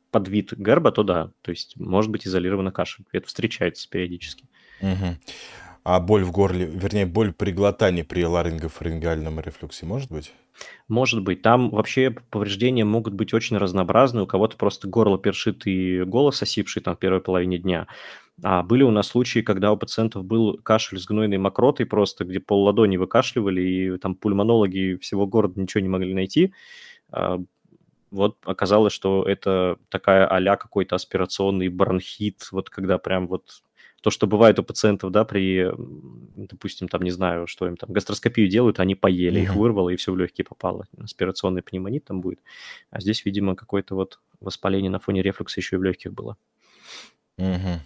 подвид герба, то да, то есть может быть изолирована кашель. Это встречается периодически. Мгм. А боль в горле, вернее, боль при глотании при ларингофарингеальном рефлюксе может быть? Может быть, там вообще повреждения могут быть очень разнообразны. У кого-то просто горло першит и голос осипший там в первой половине дня. А были у нас случаи, когда у пациентов был кашель с гнойной мокротой просто, где пол-ладони выкашливали, и там пульмонологи всего города ничего не могли найти. А, Вот оказалось, что это такая а-ля какой-то аспирационный бронхит, вот когда прям вот то, что бывает у пациентов, да, допустим, там, не знаю, что им там, гастроскопию делают, они поели, их Мгм. вырвало, и все в легкие попало. Аспирационный пневмонит там будет. А здесь, видимо, какое-то вот воспаление на фоне рефлюкса еще и в легких было. Мгм.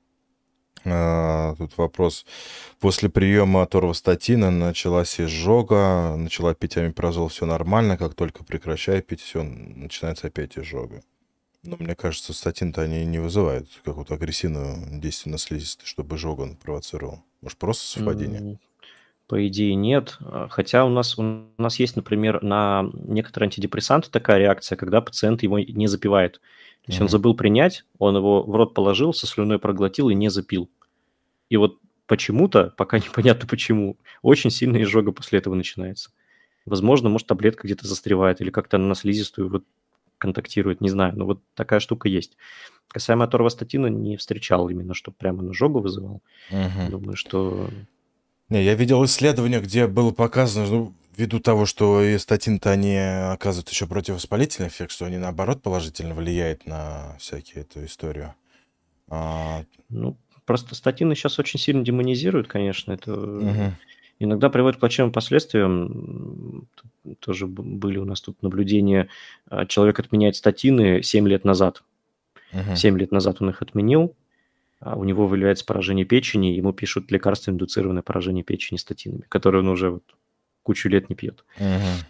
Тут вопрос. После приема аторвастатина началась изжога, начала пить омепразол, все нормально. Как только прекращаю пить, все, начинается опять изжога. Ну, мне кажется, статин-то они не вызывают какого-то агрессивного действия на слизистый, чтобы изжогу он провоцировал. Может, просто совпадение? М, По идее, нет. Хотя у нас есть, например, на некоторые антидепрессанты такая реакция, когда пациент его не запивает. То есть он Мгм. забыл принять, он его в рот положил, со слюной проглотил и не запил. И вот почему-то, пока непонятно почему, очень сильная изжога после этого начинается. Возможно, может, таблетка где-то застревает или как-то она на слизистую вот контактирует, не знаю. Но вот такая штука есть. Касаемо аторвастатина не встречал именно, что прямо на изжогу вызывал. Мгм. Думаю, что... Не, я видел исследование, где было показано, ну, ввиду того, что и статин-то они оказывают еще противовоспалительный эффект, что они, наоборот, положительно влияют на всякие эту историю. А, Ну, просто статины сейчас очень сильно демонизируют, конечно. Это мгм. иногда приводит к плачевным последствиям. Тоже были у нас тут наблюдения. Человек отменяет статины 7 лет назад. Мгм. 7 лет назад он их отменил, у него выявляется поражение печени, ему пишут лекарственно-индуцированное поражение печени статинами, которое он уже вот кучу лет не пьет. Мгм.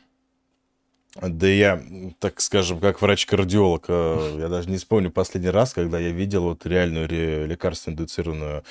Да я, так скажем, как врач-кардиолог, я даже не вспомню последний раз, когда я видел вот реальную лекарственно-индуцированную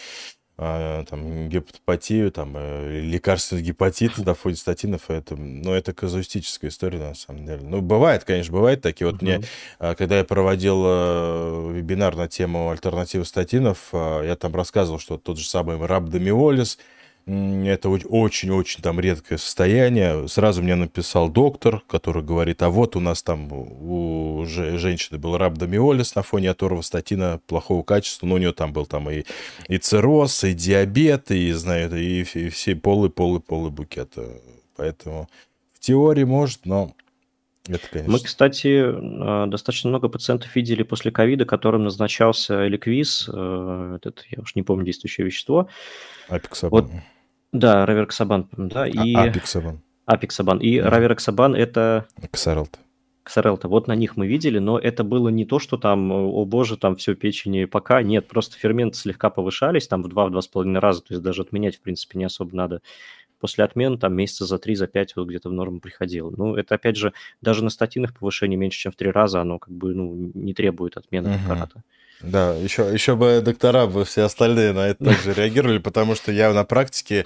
там, гепатопатию, там, лекарственный гепатит на фоне статинов. Это, ну, это казуистическая история, на самом деле. Ну, бывает, конечно, бывает такие. Вот мне, Мгм. когда я проводил вебинар на тему альтернативы статинов, я там рассказывал, что тот же самый рhabdomyolis, это очень-очень там редкое состояние. Сразу мне написал доктор, который говорит, а вот у нас там у женщины был рhabdomyolis на фоне аторвастатина плохого качества, но у нее там был там и цирроз, и диабет, и, знаю, и все полый букет. Поэтому в теории может, но это, Мы, конечно, кстати, достаточно много пациентов видели после ковида, которым назначался Эликвиз, этот, я уж не помню, действующее вещество. апиксабан. Вот, да, Равероксабан, да, и Апиксабан. Апиксабан. И Равероксабан– это Ксарелт. Ксарелта. Вот на них мы видели, но это было не то, что там, о боже, там все печени пока. Нет, просто ферменты слегка повышались, там в 2-2,5 раза, то есть даже отменять, в принципе, не особо надо. После отмены там месяца за 3, за 5 вот где-то в норму приходило. Ну, это, опять же, даже на статинах повышение меньше, чем в 3 раза, оно как бы, ну, не требует отмены Мгм. препарата. Да, еще бы доктора бы все остальные на это также реагировали, потому что я на практике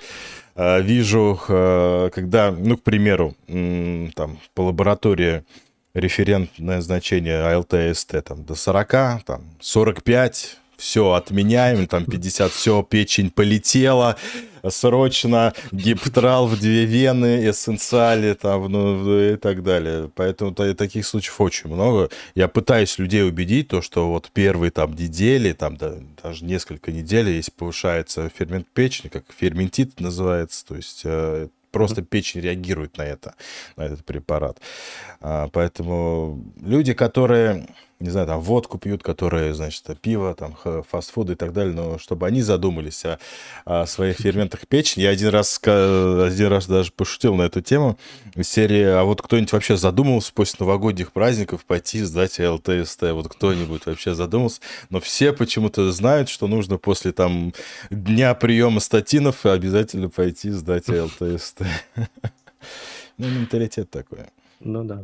вижу, когда, ну, к примеру, там по лаборатории референтное значение АЛТ-СТ там до 40, там 45, все отменяем, там 50, все, печень полетела, срочно гиптрал в 2 вены, эссенциали там, ну, и так далее. Поэтому таких случаев очень много. Я пытаюсь людей убедить, то, что вот первые там недели, там даже несколько недель, если повышается фермент печени, как ферментит называется, то есть просто печень реагирует на это, на этот препарат. Поэтому люди, которые, не знаю, там водку пьют, которые, значит, пиво, там фастфуд и так далее, но чтобы они задумались о своих ферментах печени. Я один раз даже пошутил на эту тему из серии, а вот кто-нибудь вообще задумался после новогодних праздников пойти сдать ЛТСТ? Вот кто-нибудь вообще задумался? Но все почему-то знают, что нужно после там дня приема статинов обязательно пойти сдать ЛТСТ. Ну, менталитет такой. Ну да.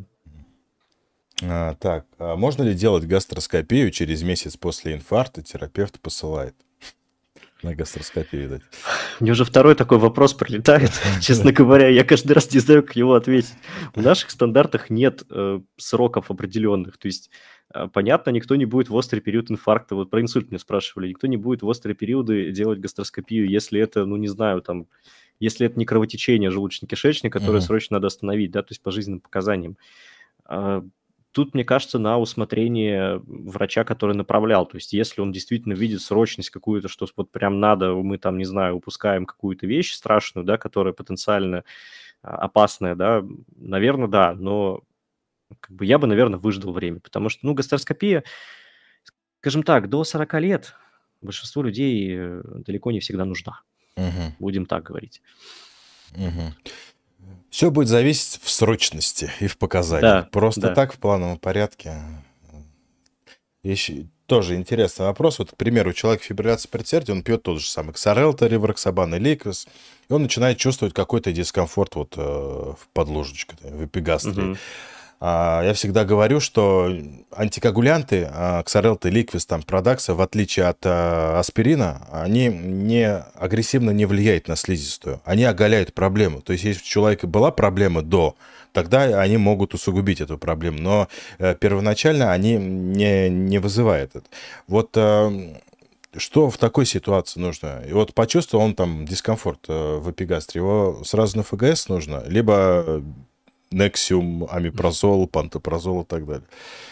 Так, можно ли делать гастроскопию через месяц после инфаркта? Терапевт посылает на гастроскопию, видать. Мне уже второй такой вопрос прилетает. Честно говоря, я каждый раз не знаю, как его ответить. В наших стандартах нет сроков определенных. То есть Понятно, никто не будет в острый период инфаркта, вот про инсульт меня спрашивали, никто не будет в острые периоды делать гастроскопию, если это, ну, не знаю, там, если это не кровотечение желудочно-кишечника, которое Мгм. срочно надо остановить, да, то есть по жизненным показаниям. Тут, мне кажется, на усмотрение врача, который направлял. То есть если он действительно видит срочность какую-то, что вот прям надо, мы там, не знаю, упускаем какую-то вещь страшную, да, которая потенциально опасная, да, наверное, да, но как бы я бы, наверное, выждал время, потому что, ну, гастроскопия, скажем так, до 40 лет большинству людей далеко не всегда нужна, Мгм. будем так говорить. Мгм. Все будет зависеть в срочности и в показаниях. Да, Просто да. так, в плановом порядке. Еще тоже интересный вопрос. Вот, к примеру, у человека фибрилляция предсердия, он пьет тот же самый Xarelto, Rivaroxaban и Liquis, и он начинает чувствовать какой-то дискомфорт вот в подложечке, в эпигастрии. Мгм. Я всегда говорю, что антикоагулянты, Xarelto, Liquis, там, Pradaxa, в отличие от аспирина, они не агрессивно не влияют на слизистую. Они оголяют проблему. То есть, если у человека была проблема до, тогда они могут усугубить эту проблему. Но первоначально они не вызывают это. Вот что в такой ситуации нужно? И вот почувствовал он там дискомфорт в эпигастре, его сразу на ФГС нужно, либо Nexium, Амипрозол, Пантопразол и так далее.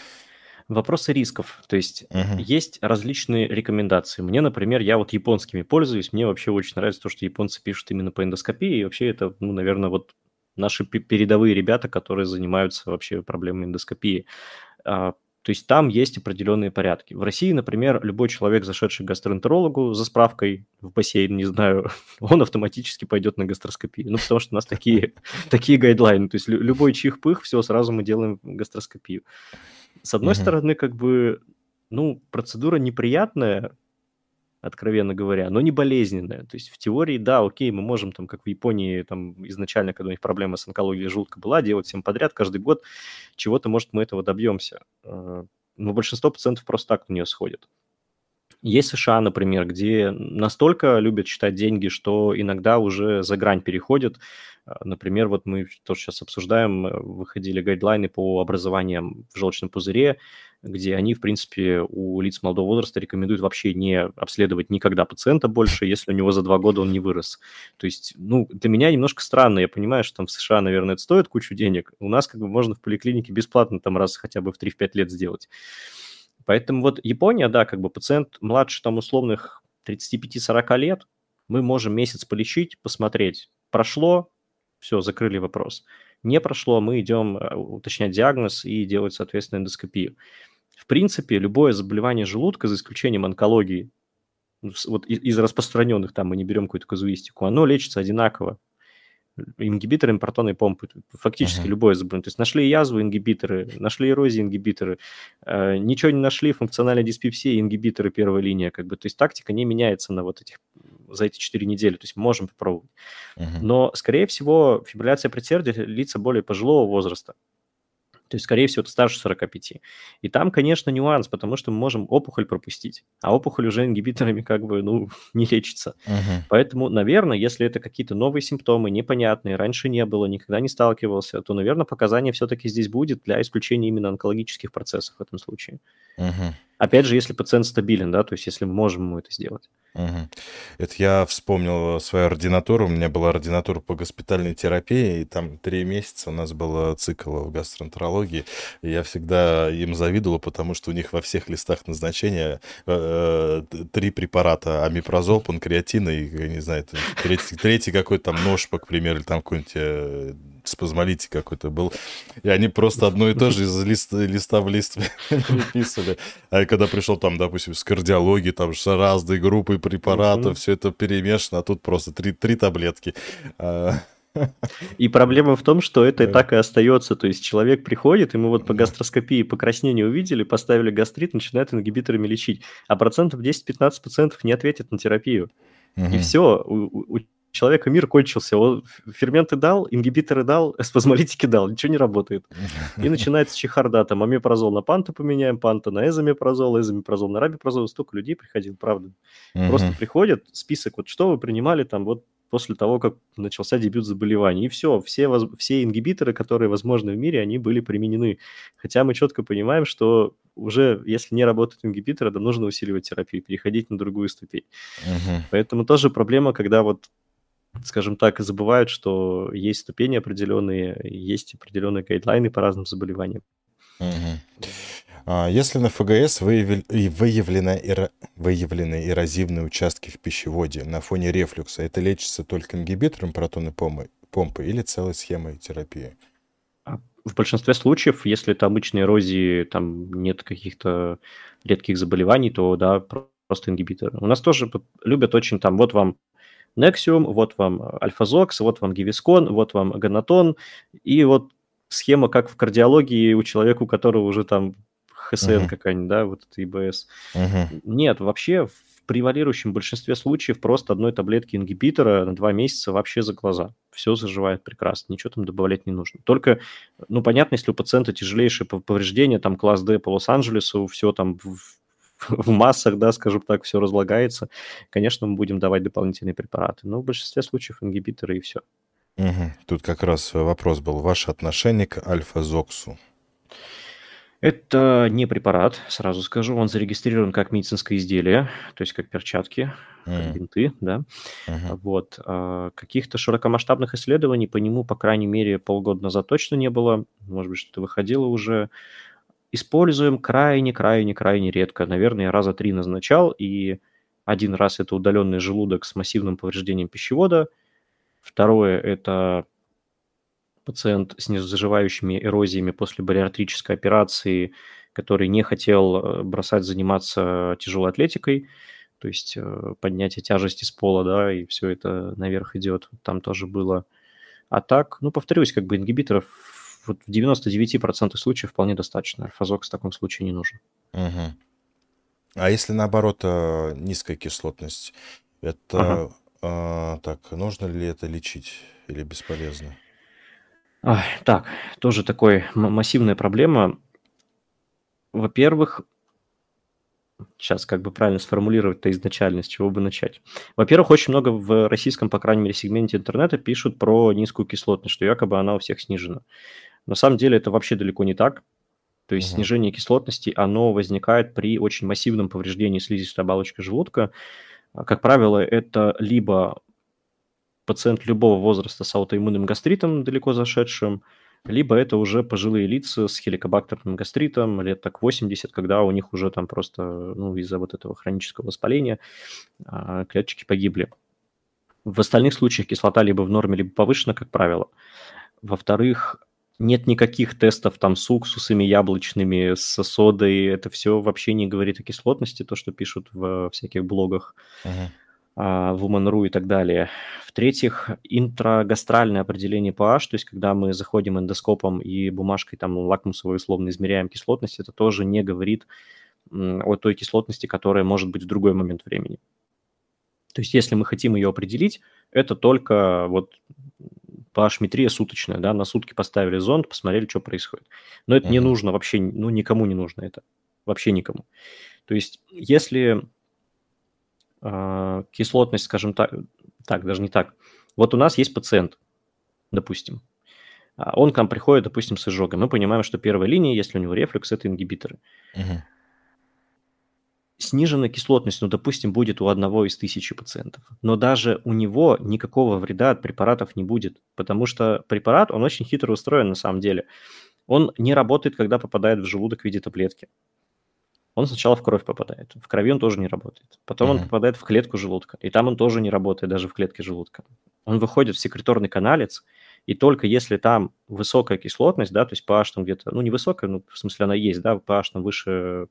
Вопросы рисков. То есть Мгм. есть различные рекомендации. Мне, например, я вот японскими пользуюсь. Мне вообще очень нравится то, что японцы пишут именно по эндоскопии. И вообще это, ну, наверное, вот наши передовые ребята, которые занимаются вообще проблемой эндоскопии. То есть там есть определенные порядки. В России, например, любой человек, зашедший к гастроэнтерологу за справкой в бассейн, не знаю, он автоматически пойдет на гастроскопию. Ну, потому что у нас такие гайдлайны. То есть любой чих-пых, все, сразу мы делаем гастроскопию. С одной Мгм. стороны, как бы, ну, процедура неприятная, откровенно говоря, но не болезненная. То есть в теории, да, окей, мы можем там, как в Японии, там изначально, когда у них проблема с онкологией желудка была, делать всем подряд каждый год, чего-то, может, мы этого добьемся. Но большинство пациентов просто так на нее сходят. Есть США, например, где настолько любят считать деньги, что иногда уже за грань переходят. Например, вот мы тоже сейчас обсуждаем, выходили гайдлайны по образованиям в желчном пузыре, где они, в принципе, у лиц молодого возраста рекомендуют вообще не обследовать никогда пациента больше, если у него за 2 года он не вырос. То есть, ну, для меня немножко странно. Я понимаю, что там в США, наверное, это стоит кучу денег. У нас как бы можно в поликлинике бесплатно там раз хотя бы в 3-5 лет сделать. Поэтому вот Япония, да, как бы пациент младше там условных 35-40 лет, мы можем месяц полечить, посмотреть. Прошло, все, закрыли вопрос. Не прошло, мы идем уточнять диагноз и делать, соответственно, эндоскопию. В принципе, любое заболевание желудка, за исключением онкологии, вот из распространенных, там мы не берем какую-то казуистику, оно лечится одинаково. Ингибиторы импортонной помпы, фактически Мгм. любое заболевание. То есть нашли язву, ингибиторы, нашли эрозии, ингибиторы, ничего не нашли, функциональная диспепсия, ингибиторы первая линия, как бы. То есть тактика не меняется на вот этих, за эти 4 недели, то есть мы можем попробовать. Мгм. Но, скорее всего, фибрилляция предсердия лица более пожилого возраста. То есть, скорее всего, это старше 45. И там, конечно, нюанс, потому что мы можем опухоль пропустить, а опухоль уже ингибиторами как бы, ну, не лечится. Мгм. Поэтому, наверное, если это какие-то новые симптомы, непонятные, раньше не было, никогда не сталкивался, то, наверное, показание все-таки здесь будет для исключения именно онкологических процессов в этом случае. Мгм. Опять же, если пациент стабилен, да, то есть если мы можем ему это сделать. Мгм. Это я вспомнил свою ординатуру. У меня была ординатура по госпитальной терапии, и там 3 месяца у нас был цикл в гастроэнтерологии. И я всегда им завидовал, потому что у них во всех листах назначения 3 препарата: амипрозол, панкреатин и, я не знаю, третий какой-то там ножпа, к примеру, или там какой-нибудь спазмолитик какой-то был. И они просто одно и то же из листа в лист переписывали. А когда пришел там, допустим, с кардиологии, там же разные группы препаратов, Мгм. все это перемешано, а тут просто три таблетки. А, И проблема в том, что это и э, так и остается. То есть человек приходит, и мы вот по да. гастроскопии покраснение увидели, поставили гастрит, начинают ингибиторами лечить. А процентов 10-15 пациентов не ответят на терапию. И Мгм. все, у человека мир кончился. Он ферменты дал, ингибиторы дал, спазмолитики дал, ничего не работает. И начинается чехарда, там амипрозол на панту поменяем, панта на эзомепразол на рабипрозол. Столько людей приходило, правда. Просто Мгм. приходят, список, вот что вы принимали там вот после того, как начался дебют заболевания. И все, все ингибиторы, которые возможны в мире, они были применены. Хотя мы четко понимаем, что уже если не работают ингибиторы, то нужно усиливать терапию, переходить на другую ступень. Мгм. Поэтому тоже проблема, когда вот, скажем так, забывают, что есть ступени определенные, есть определенные гайдлайны по разным заболеваниям. Мгм. Если на ФГС выявлены эрозивные участки в пищеводе на фоне рефлюкса, это лечится только ингибитором протонной помпы или целой схемой терапии? В большинстве случаев, если это обычные эрозии, там нет каких-то редких заболеваний, то да, просто ингибиторы. У нас тоже любят очень там, вот вам Nexium, вот вам Альфазокс, вот вам Гивискон, вот вам Ганатон, и вот схема, как в кардиологии у человека, у которого уже там ХСН Мгм. какая-нибудь, да, вот это ИБС. Мгм. Нет, вообще в превалирующем большинстве случаев просто одной таблетки ингибитора на 2 месяца вообще за глаза. Все заживает прекрасно, ничего там добавлять не нужно. Только, ну, понятно, если у пациента тяжелейшее повреждение, там класс D по Лос-Анджелесу, все там в массах, да, скажем так, все разлагается, конечно, мы будем давать дополнительные препараты. Но в большинстве случаев ингибиторы и все. Мгм. Тут как раз вопрос был. Ваше отношение к альфа-зоксу? Это не препарат, сразу скажу. Он зарегистрирован как медицинское изделие, то есть как перчатки, как М. бинты, да. Мгм. Вот. Каких-то широкомасштабных исследований по нему, по крайней мере, полгода назад точно не было. Может быть, что-то выходило уже. Используем крайне-крайне-крайне редко. Наверное, я раза 3 назначал, и один раз это удаленный желудок с массивным повреждением пищевода. Второе – это пациент с незаживающими эрозиями после бариатрической операции, который не хотел бросать заниматься тяжелой атлетикой, то есть поднятие тяжести с пола, да, и все это наверх идет. Там тоже было. А так, ну, повторюсь, как бы ингибиторов вот в 99% случаев вполне достаточно. Альфазокс в таком случае не нужен. Мгм. А если наоборот низкая кислотность, Ага. это так, нужно ли это лечить или бесполезно? Так, тоже такой массивная проблема. Во-первых, сейчас как бы правильно сформулировать-то изначально, с чего бы начать. Во-первых, очень много в российском, по крайней мере, сегменте интернета пишут про низкую кислотность, что якобы она у всех снижена. На самом деле это вообще далеко не так. То есть Мгм. снижение кислотности, оно возникает при очень массивном повреждении слизистой оболочки желудка. Как правило, это либо пациент любого возраста с аутоиммунным гастритом, далеко зашедшим, либо это уже пожилые лица с хеликобактерным гастритом, лет так 80, когда у них уже там просто, ну, из-за вот этого хронического воспаления клеточки погибли. В остальных случаях кислота либо в норме, либо повышена, как правило. Во-вторых, нет никаких тестов там с уксусами яблочными, с содой. Это все вообще не говорит о кислотности, то, что пишут в всяких блогах. Мгм. Woman.ru и так далее. В-третьих, интрагастральное определение pH, то есть когда мы заходим эндоскопом и бумажкой там лакмусовой условно измеряем кислотность, это тоже не говорит о той кислотности, которая может быть в другой момент времени. То есть если мы хотим ее определить, это только вот pH-метрия суточная, да, на сутки поставили зонд, посмотрели, что происходит. Но это не Мгм. нужно вообще, ну, никому не нужно это, вообще никому. То есть если кислотность, скажем так, даже не так. Вот у нас есть пациент, допустим. Он к нам приходит, допустим, с изжогой. Мы понимаем, что первая линия, если у него рефлюкс, это ингибиторы. Мгм. Сниженная кислотность, ну, допустим, будет у одного из 1000 пациентов. Но даже у него никакого вреда от препаратов не будет, потому что препарат, он очень хитро устроен на самом деле. Он не работает, когда попадает в желудок в виде таблетки. Он сначала в кровь попадает. В крови он тоже не работает. Потом он Мгм. попадает в клетку желудка, и там он тоже не работает, даже в клетке желудка. Он выходит в секреторный каналец, и только если там высокая кислотность, да, то есть pH там где-то, ну, не высокая, ну, в смысле она есть, да, pH там выше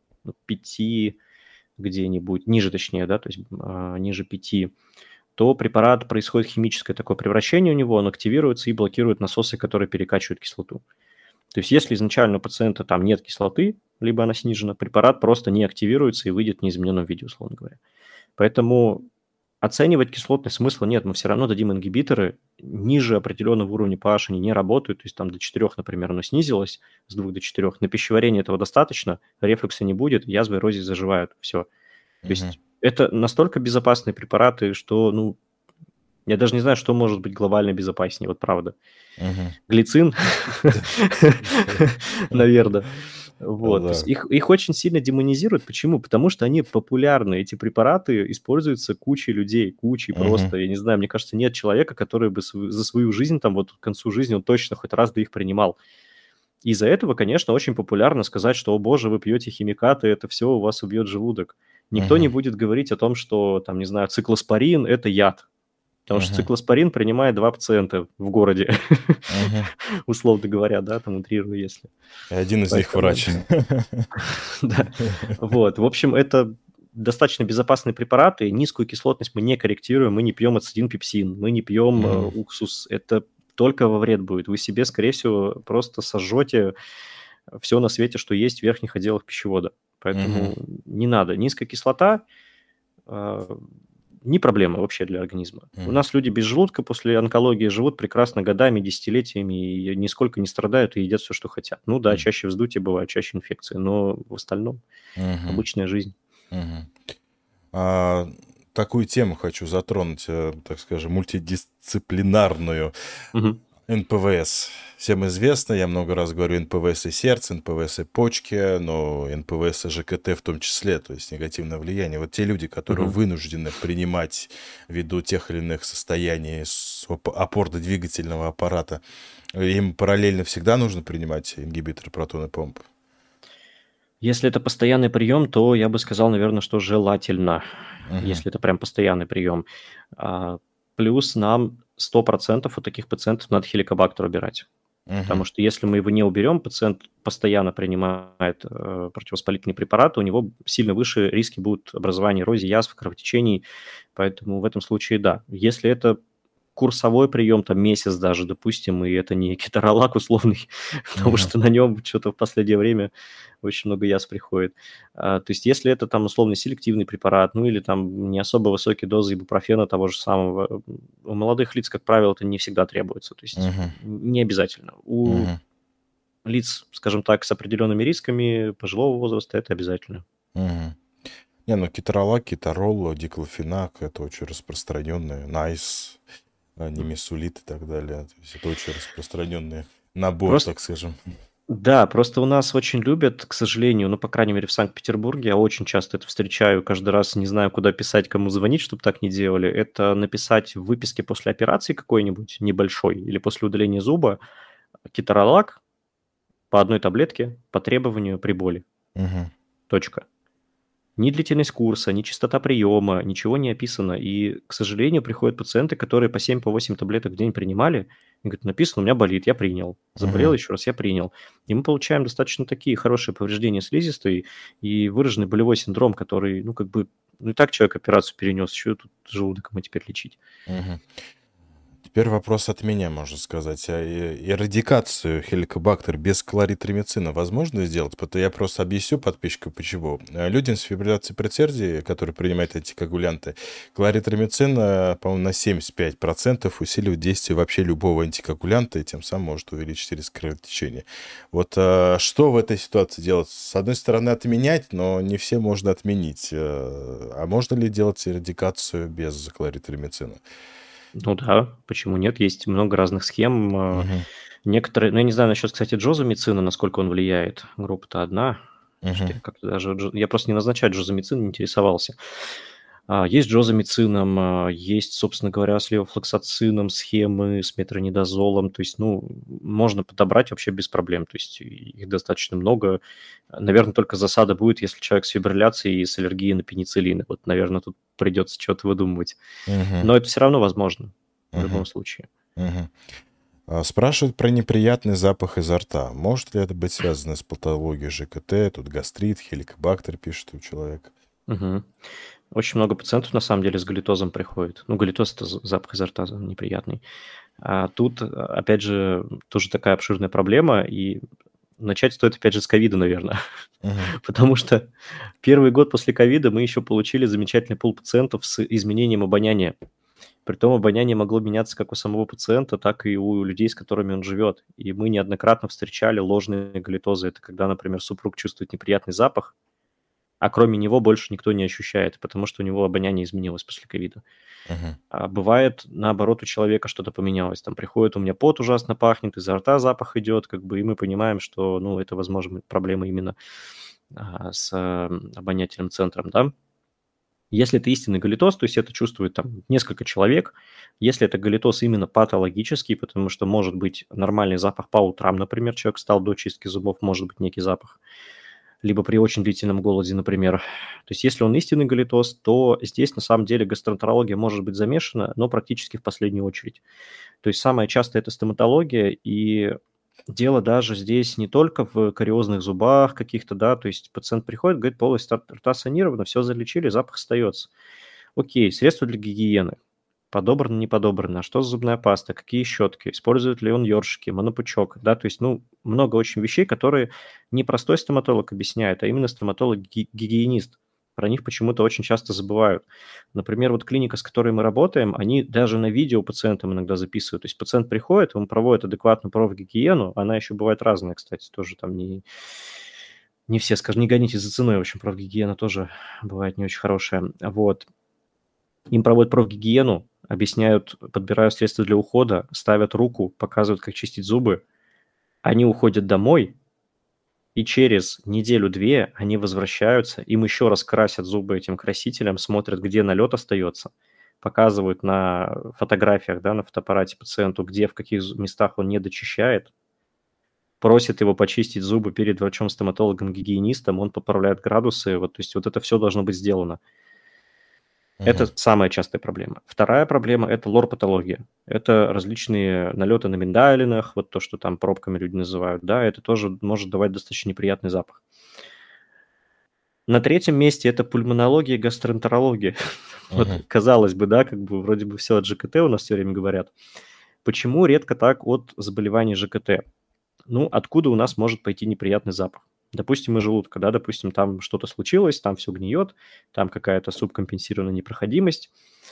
5 где-нибудь, ниже точнее, да, то есть ниже 5, то препарат, происходит химическое такое превращение у него, он активируется и блокирует насосы, которые перекачивают кислоту. То есть если изначально у пациента там нет кислоты, либо она снижена, препарат просто не активируется и выйдет в неизмененном виде, условно говоря. Поэтому оценивать кислотность смысла нет, мы все равно дадим ингибиторы, ниже определенного уровня pH они не работают, то есть там до 4, например, оно снизилось с 2 до 4, на пищеварение этого достаточно, рефлюкса не будет, язвы эрозии заживают, все. То Мгм. есть это настолько безопасные препараты, что, ну, Я даже не знаю, что может быть глобально безопаснее, вот правда. Мгм. Глицин, Да. наверное. Вот, то есть Да. их очень сильно демонизируют. Почему? Потому что они популярны. Эти препараты используются кучей людей, кучей Мгм. просто. Я не знаю, мне кажется, нет человека, который бы за свою жизнь, там вот к концу жизни, он точно хоть раз бы их принимал. Из-за этого, конечно, очень популярно сказать, что, о боже, вы пьете химикаты, это все у вас убьет желудок. Никто не Мгм. будет говорить о том, что, там, не знаю, циклоспорин– это яд. Потому что Мгм. циклоспорин принимает 2 пациента в городе, Мгм. условно говоря, да, там утрирую, если. И один из них Поэтому, врач. да, вот. В общем, это достаточно безопасные препараты. Низкую кислотность мы не корректируем, мы не пьем ацетилпепсин, мы не пьем Мгм. уксус. Это только во вред будет. Вы себе, скорее всего, просто сожжете все на свете, что есть в верхних отделах пищевода. Мгм. Поэтому не надо. Низкая кислота а, не проблема вообще для организма. У Мгм. нас люди без желудка после онкологии живут прекрасно годами, десятилетиями и нисколько не страдают и едят все, что хотят. Ну да, М. чаще вздутие бывает, чаще инфекции, но в остальном Мгм. обычная жизнь. Мгм. А, Такую тему хочу затронуть, так скажем, мультидисциплинарную. Мгм. НПВС. Всем известно, я много раз говорю, НПВС и сердце, НПВС и почки, но НПВС и ЖКТ в том числе, то есть негативное влияние. Вот те люди, которые Мгм. вынуждены принимать ввиду тех или иных состояний опорно-двигательного аппарата, им параллельно всегда нужно принимать ингибиторы протонной помпы. Если это постоянный прием, то я бы сказал, наверное, что желательно, Мгм. если это прям постоянный прием. А, Плюс нам 100% у таких пациентов надо хеликобактер убирать. Потому Мгм. что если мы его не уберем, пациент постоянно принимает противовоспалительные препараты, у него сильно выше риски будут образования эрозии, язв, кровотечений. Поэтому в этом случае да. Если это курсовой прием, там месяц даже, допустим, и это не кеторолак условный, потому Мгм. что на нем что-то в последнее время очень много язв приходит. То есть если это там условно селективный препарат, ну или там не особо высокие дозы ибупрофена того же самого, у молодых лиц, как правило, это не всегда требуется, то есть Мгм. не обязательно. У Мгм. лиц, скажем так, с определенными рисками пожилого возраста это обязательно. Мгм. Не, ну кеторолак, кеторол, диклофенак — это очень распространенные. Найс, немесулит и так далее. То есть это очень распространенный набор, Просто так скажем. да, просто у нас очень любят, к сожалению, ну, по крайней мере, в Санкт-Петербурге, я очень часто это встречаю, каждый раз не знаю, куда писать, кому звонить, чтобы так не делали, это написать в выписке после операции какой-нибудь небольшой или после удаления зуба кеторолак по одной таблетке по требованию при боли. Мгм. Точка. Ни длительность курса, ни частота приема, ничего не описано. И, к сожалению, приходят пациенты, которые по 7, по 8 таблеток в день принимали, и говорят, написано, у меня болит, я принял. Заболел Мгм. еще раз, я принял. И мы получаем достаточно такие хорошие повреждения слизистой и выраженный болевой синдром, который, ну, как бы, ну, и так человек операцию перенес, еще тут желудок ему теперь лечить. Мгм. Теперь вопрос от меня, можно сказать. Эрадикацию хеликобактер без кларитромицина возможно сделать? Я просто объясню подписчику, почему. Людям с фибрилляцией предсердий, которые принимают антикоагулянты, кларитромицин, по-моему, на 75% усиливает действие вообще любого антикоагулянта и тем самым может увеличить риск кровотечения. Вот что в этой ситуации делать? С одной стороны, отменять, но не все можно отменить. А можно ли делать эрадикацию без кларитромицина? Ну да, почему нет? Есть много разных схем. Мгм. Некоторые, ну, я не знаю насчет, кстати, джозамицина, насколько он влияет. Группа-то одна. Мгм. Что я как-то даже... Я просто не назначаю джозамицин, не интересовался. Есть джозамицином, есть, собственно говоря, с левофлоксацином схемы, с метронидозолом. То есть, ну, можно подобрать вообще без проблем. То есть их достаточно много. Наверное, только засада будет, если человек с фибрилляцией и с аллергией на пенициллин. Вот, наверное, тут придется что-то выдумывать. Мгм. Но это все равно возможно в любом Мгм. случае. Мгм. Спрашивают про неприятный запах изо рта. Может ли это быть связано с патологией ЖКТ? Тут гастрит, хеликобактер пишет у человека. Мгм. Очень много пациентов, на самом деле, с галитозом приходит. Ну, галитоз– это запах изо рта неприятный. Тут, опять же, тоже такая обширная проблема, и начать стоит, опять же, с ковида, наверное. Мгм. Потому что первый год после ковида мы еще получили замечательный пул пациентов с изменением обоняния. Притом обоняние могло меняться как у самого пациента, так и у людей, с которыми он живет. И мы неоднократно встречали ложные галитозы. Это когда, например, супруг чувствует неприятный запах, а кроме него больше никто не ощущает, потому что у него обоняние изменилось после ковида. А бывает, наоборот, у человека что-то поменялось. Там приходит, у меня пот ужасно пахнет, изо рта запах идет, как бы, и мы понимаем, что, ну, это, возможно, проблема именно с обонятельным центром, да. Если это истинный галитоз, то есть это чувствует там несколько человек, если это галитоз именно патологический, потому что может быть нормальный запах по утрам, например, человек встал до чистки зубов, может быть некий запах, либо при очень длительном голоде, например. То есть если он истинный галитоз, то здесь на самом деле гастроэнтерология может быть замешана, но практически в последнюю очередь. То есть самое частое это стоматология, и дело даже здесь не только в кариозных зубах каких-то, да, то есть пациент приходит, говорит, полость рта санирована, все залечили, запах остается. Окей, средства для гигиены. Подобрано, не подобрано, что за зубная паста, какие щетки, использует ли он ёршики, монопучок, да, то есть, ну, много очень вещей, которые не простой стоматолог объясняет, а именно стоматолог-гигиенист. Про них почему-то очень часто забывают. Например, вот клиника, с которой мы работаем, они даже на видео пациентам иногда записывают. То есть пациент приходит, он проводит адекватную профгигиену, она еще бывает разная, кстати, тоже там не все, скажем, не гоните за ценой, в общем, профгигиена тоже бывает не очень хорошая. Вот. Им проводят профгигиену, объясняют, подбирают средства для ухода, ставят руку, показывают, как чистить зубы. Они уходят домой, и через неделю-две они возвращаются, им еще раз красят зубы этим красителем, смотрят, где налет остается, показывают на фотографиях, да, на фотоаппарате пациенту, где, в каких местах он не дочищает, просят его почистить зубы перед врачом-стоматологом-гигиенистом, он поправляет градусы, вот, то есть вот это все должно быть сделано. Это самая частая проблема. Вторая проблема – это лор-патология. Это различные налеты на миндалинах, вот то, что там пробками люди называют, да, это тоже может давать достаточно неприятный запах. На третьем месте это пульмонология и гастроэнтерология. Вот, казалось бы, да, как бы вроде бы все от ЖКТ у нас все время говорят. Почему редко так от заболеваний ЖКТ? Ну, откуда у нас может пойти неприятный запах? Допустим, из желудка, да, допустим, там что-то случилось, там все гниет, там какая-то субкомпенсированная непроходимость,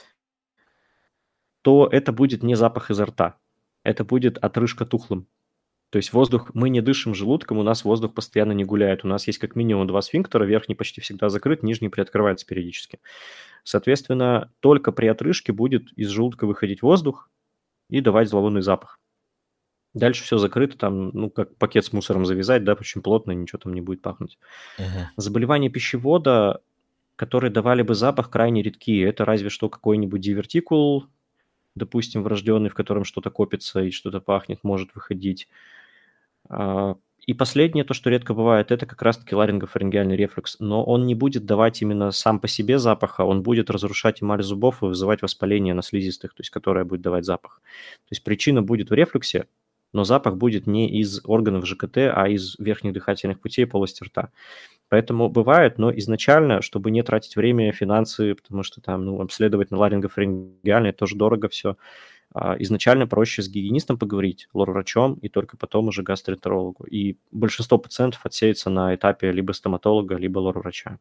то это будет не запах изо рта, это будет отрыжка тухлым. То есть воздух, мы не дышим желудком, у нас воздух постоянно не гуляет. У нас есть как минимум 2 сфинктера, верхний почти всегда закрыт, нижний приоткрывается периодически. Соответственно, только при отрыжке будет из желудка выходить воздух и давать зловонный запах. Дальше все закрыто, там, ну, как пакет с мусором завязать, да, очень плотно, ничего там не будет пахнуть. Заболевания пищевода, которые давали бы запах, крайне редки. Это разве что какой-нибудь дивертикул, допустим, врожденный, в котором что-то копится и что-то пахнет, может выходить. И последнее, то, что редко бывает, это как раз-таки ларингофарингеальный рефлюкс. Но он не будет давать именно сам по себе запаха, он будет разрушать эмаль зубов и вызывать воспаление на слизистых, то есть которое будет давать запах. То есть причина будет в рефлюксе, но запах будет не из органов ЖКТ, а из верхних дыхательных путей полости рта. Поэтому бывает, но изначально, чтобы не тратить время, финансы, потому что там, ну, обследовать на ларингофарингеальный тоже дорого все, изначально проще с гигиенистом поговорить, лор-врачом, и только потом уже гастроэнтерологу. И большинство пациентов отсеется на этапе либо стоматолога, либо лор-врача.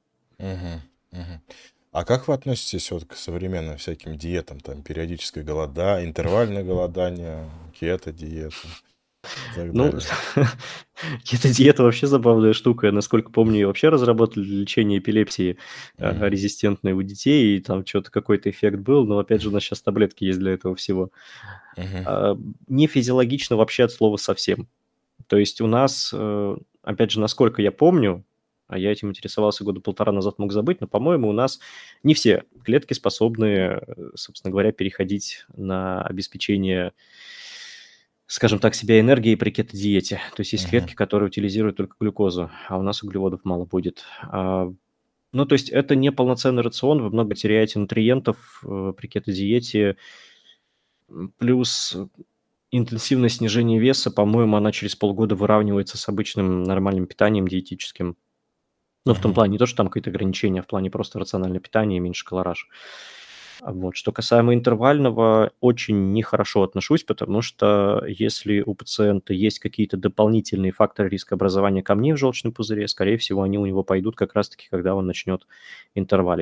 А как вы относитесь вот к современным всяким диетам, там, периодическое голодание, интервальное голодание, кето-диета и так Ну, далее? кето-диета вообще забавная штука. Насколько помню, ее вообще разработали для лечения эпилепсии резистентной у детей, и там что-то какой-то эффект был, но опять же у нас сейчас таблетки есть для этого всего. Не физиологично вообще от слова совсем. То есть у нас, опять же, насколько я помню, а я этим интересовался года 1,5 назад, мог забыть, но, по-моему, у нас не все клетки способны, собственно говоря, переходить на обеспечение, скажем так, себя энергией при кето-диете. То есть есть клетки, которые утилизируют только глюкозу, а у нас углеводов мало будет. Ну, то есть это не полноценный рацион, вы много теряете нутриентов при кето-диете, плюс интенсивное снижение веса, по-моему, она через полгода выравнивается с обычным нормальным питанием диетическим. Ну, в том плане не то, что там какие-то ограничения, а в плане просто рациональное питание и меньше колораж. Вот. Что касаемо интервального, очень нехорошо отношусь, потому что если у пациента есть какие-то дополнительные факторы риска образования камней в желчном пузыре, скорее всего, они у него пойдут как раз-таки, когда он начнет интервалить.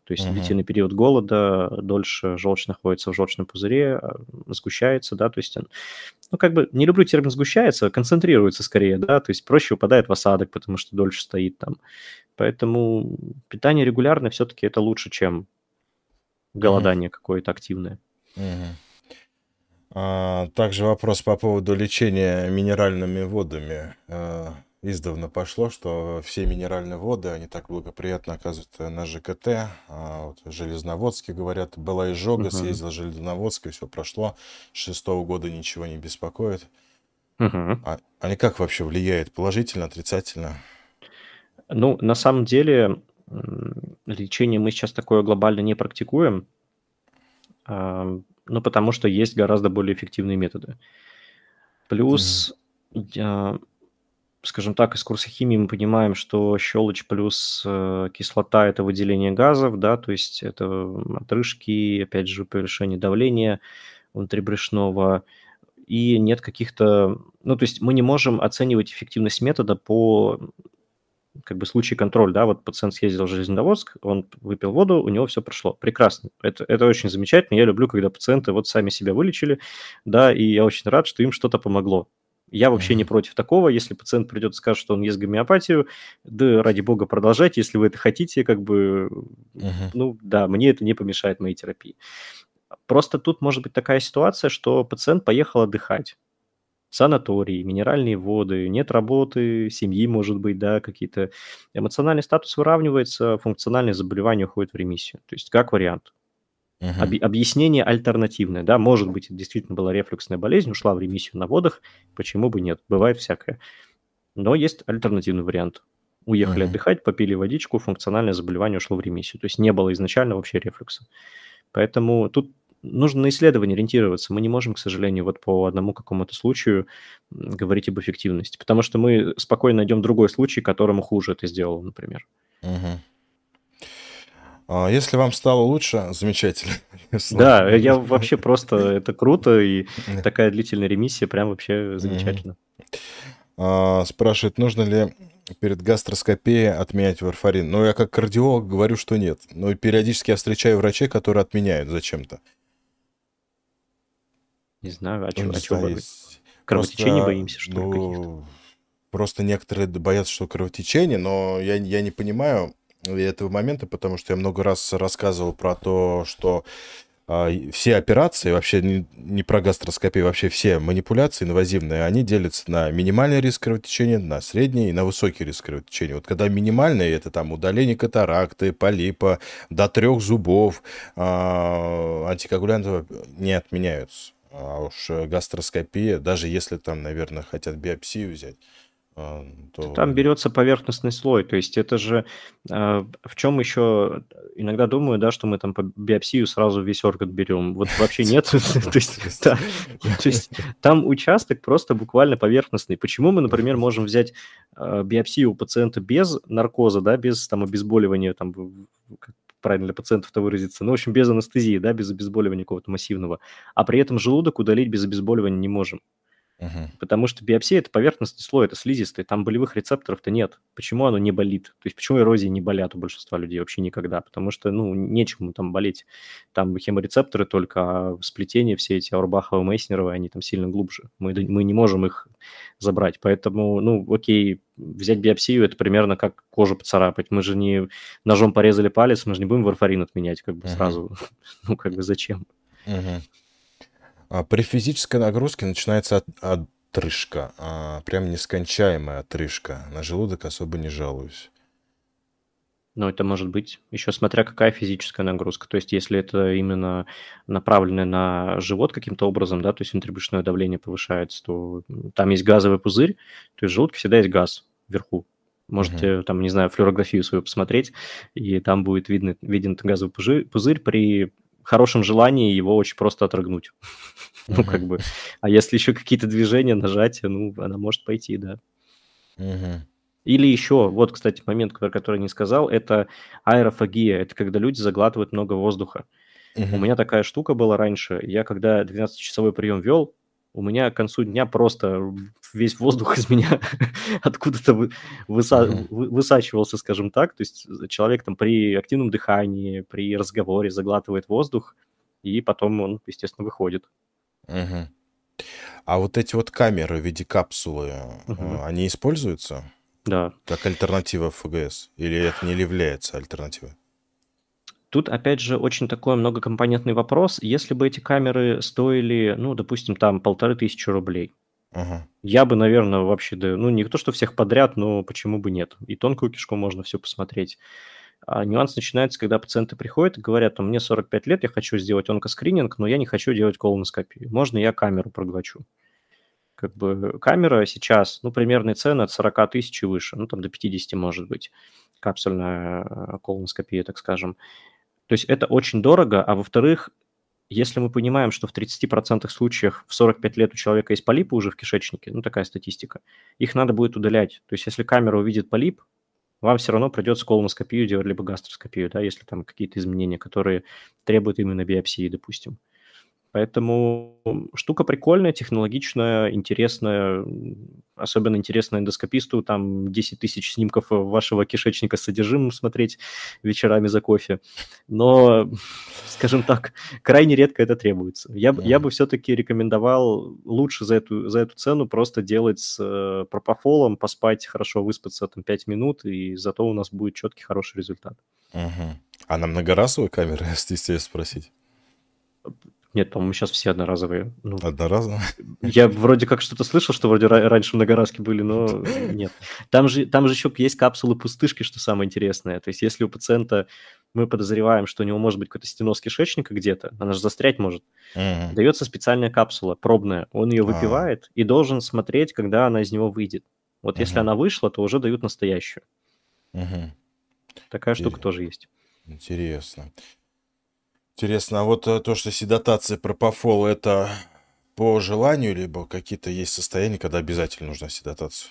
То есть Мгм. длительный период голода, дольше желчь находится в желчном пузыре, сгущается, да, то есть он, ну, как бы, не люблю термин сгущается, концентрируется скорее, да, то есть проще упадает в осадок, потому что дольше стоит там. Поэтому питание регулярное все-таки это лучше, чем Мгм. голодание какое-то активное. Мгм. Также вопрос по поводу лечения минеральными водами. Издавна пошло, что все минеральные воды, они так благоприятно оказывают на ЖКТ. Вот в Железноводске, говорят, была изжога, Мгм. съездил в Железноводск, и все прошло. С 6-го года ничего не беспокоит. Мгм. Они как вообще влияют? Положительно, отрицательно? Ну, на самом деле, лечение мы сейчас такое глобально не практикуем, ну, потому что есть гораздо более эффективные методы. Мгм. Плюс, я, скажем так, из курса химии мы понимаем, что щелочь плюс кислота – это выделение газов, да, то есть это отрыжки, опять же, повышение давления внутрибрюшного, и нет каких-то… Ну, то есть мы не можем оценивать эффективность метода по как бы случай контроль, да, вот пациент съездил в Железноводск, он выпил воду, у него все прошло. Прекрасно. Это очень замечательно. Я люблю, когда пациенты вот сами себя вылечили, да, и я очень рад, что им что-то помогло. Я вообще не Мгм. против такого. Если пациент придет и скажет, что он ест гомеопатию, да ради бога продолжайте, если вы это хотите, как бы, Мгм. ну да, мне это не помешает моей терапии. Просто тут может быть такая ситуация, что пациент поехал отдыхать. Санатории, минеральные воды, нет работы, семьи, может быть, да, какие-то. Эмоциональный статус выравнивается, функциональные заболевания уходят в ремиссию. То есть как вариант. Мгм. Объяснение альтернативное, да, может быть, это действительно была рефлюксная болезнь, ушла в ремиссию на водах, почему бы нет, бывает всякое. Но есть альтернативный вариант. Уехали Мгм. отдыхать, попили водичку, функциональное заболевание ушло в ремиссию. То есть не было изначально вообще рефлюкса. Поэтому тут нужно на исследование ориентироваться. Мы не можем, к сожалению, вот по одному какому-то случаю говорить об эффективности, потому что мы спокойно найдем другой случай, которому хуже это сделал, например. Мгм. Если вам стало лучше, замечательно. Слава Да, богу. я вообще просто, это круто, и такая длительная ремиссия прям вообще Мгм. замечательно. Спрашивает, нужно ли перед гастроскопией отменять варфарин? Ну, я как кардиолог говорю, что нет. Но периодически я встречаю врачей, которые отменяют зачем-то. Не знаю, Ну, не а чё знаю, есть... кровотечений Просто, боимся, что ли, каких-то? ну, просто некоторые боятся, что кровотечение, но я не понимаю этого момента, потому что я много раз рассказывал про то, что все операции, вообще не про гастроскопию, вообще все манипуляции инвазивные, они делятся на минимальный риск кровотечения, на средний и на высокий риск кровотечения. Вот когда минимальный, это там удаление катаракты, полипа, до 3 зубов, антикоагулянты не отменяются. А уж гастроскопия, даже если там, наверное, хотят биопсию взять, Да то... там берется поверхностный слой, то есть это же, в чем еще иногда думаю, да, что мы там по биопсию сразу весь орган берем. Вот вообще нет. То есть, да, то есть там участок просто буквально поверхностный. Почему мы, например, можем взять биопсию у пациента без наркоза, да, без там обезболивания, там, как правильно для пациентов-то выразиться, ну, в общем, без анестезии, да, без обезболивания какого-то массивного, а при этом желудок удалить без обезболивания не можем. Мгм. Потому что биопсия – это поверхностный слой, это слизистый, там болевых рецепторов-то нет. Почему оно не болит? То есть почему эрозии не болят у большинства людей вообще никогда? Потому что, ну, нечему там болеть. Там хеморецепторы только, а сплетения все эти Аурбахово-Мейснеровы, они там сильно глубже. Мы не можем их забрать. Поэтому, ну, окей, взять биопсию – это примерно как кожу поцарапать. Мы же не ножом порезали палец, мы же не будем варфарин отменять как бы Мгм. сразу. Ну, как бы зачем? Мгм. При физической нагрузке начинается отрыжка, прям нескончаемая отрыжка. На желудок особо не жалуюсь. Ну, это может быть еще смотря какая физическая нагрузка. То есть если это именно направленное на живот каким-то образом, да, то есть внутрибрюшное давление повышается, то там есть газовый пузырь, то есть в желудке всегда есть газ вверху. Мгм. Можете там, не знаю, флюорографию свою посмотреть, и там будет виден этот газовый пузырь. При хорошем желании его очень просто отрыгнуть. Ну, Мгм. как бы. А если еще какие-то движения, нажатия, ну, она может пойти, да. Мгм. Или еще, вот, кстати, момент, про который не сказал, это аэрофагия. Это когда люди заглатывают много воздуха. У Мгм. меня такая штука была раньше. Я когда 12-часовой прием вел, у меня к концу дня просто весь воздух из меня откуда-то высачивался, скажем так. То есть человек там при активном дыхании, при разговоре заглатывает воздух, и потом он, естественно, выходит. Мгм. А вот эти вот камеры в виде капсулы, Мгм. они используются Да. как альтернатива ФГС? Или это не является альтернативой? Тут, опять же, очень такой многокомпонентный вопрос. Если бы эти камеры стоили, ну, допустим, там 1500 рублей, Ага. я бы, наверное, вообще, да, ну, не то, что всех подряд, но почему бы нет. И тонкую кишку можно все посмотреть. А нюанс начинается, когда пациенты приходят и говорят, мне 45 лет, я хочу сделать онкоскрининг, но я не хочу делать колоноскопию. Можно я камеру проглочу? Как бы камера сейчас, ну, примерные цены от 40 тысяч и выше, ну, там до 50 может быть, капсульная колоноскопия, так скажем. То есть это очень дорого, а во-вторых, если мы понимаем, что в 30% случаях в 45 лет у человека есть полипы уже в кишечнике, ну, такая статистика, их надо будет удалять. То есть если камера увидит полип, вам все равно придется колоноскопию делать, либо гастроскопию, да, если там какие-то изменения, которые требуют именно биопсии, допустим. Поэтому штука прикольная, технологичная, интересная. Особенно интересно эндоскописту там 10 тысяч снимков вашего кишечника с содержимым смотреть вечерами за кофе. Но, скажем так, крайне редко это требуется. Я бы все-таки рекомендовал лучше за эту цену просто делать с пропофолом, поспать, хорошо выспаться там 5 минут, и зато у нас будет четкий, хороший результат. Мгм. А на многоразовые камеры, если спросить? Нет, по-моему, сейчас все одноразовые. Ну, Одноразовые? я вроде как что-то слышал, что вроде раньше многоразки были, но нет. Там же еще есть капсулы-пустышки, что самое интересное. То есть если у пациента мы подозреваем, что у него может быть какой-то стеноз кишечника где-то, она же застрять может, Мгм. дается специальная капсула пробная. Он ее А, выпивает и должен смотреть, когда она из него выйдет. Вот если мгм, она вышла, то уже дают настоящую. мгм. Такая штука Интере- тоже есть. Интересно. Интересно, а вот то, что седатация пропофол, это по желанию, либо какие-то есть состояния, когда обязательно нужна седатация?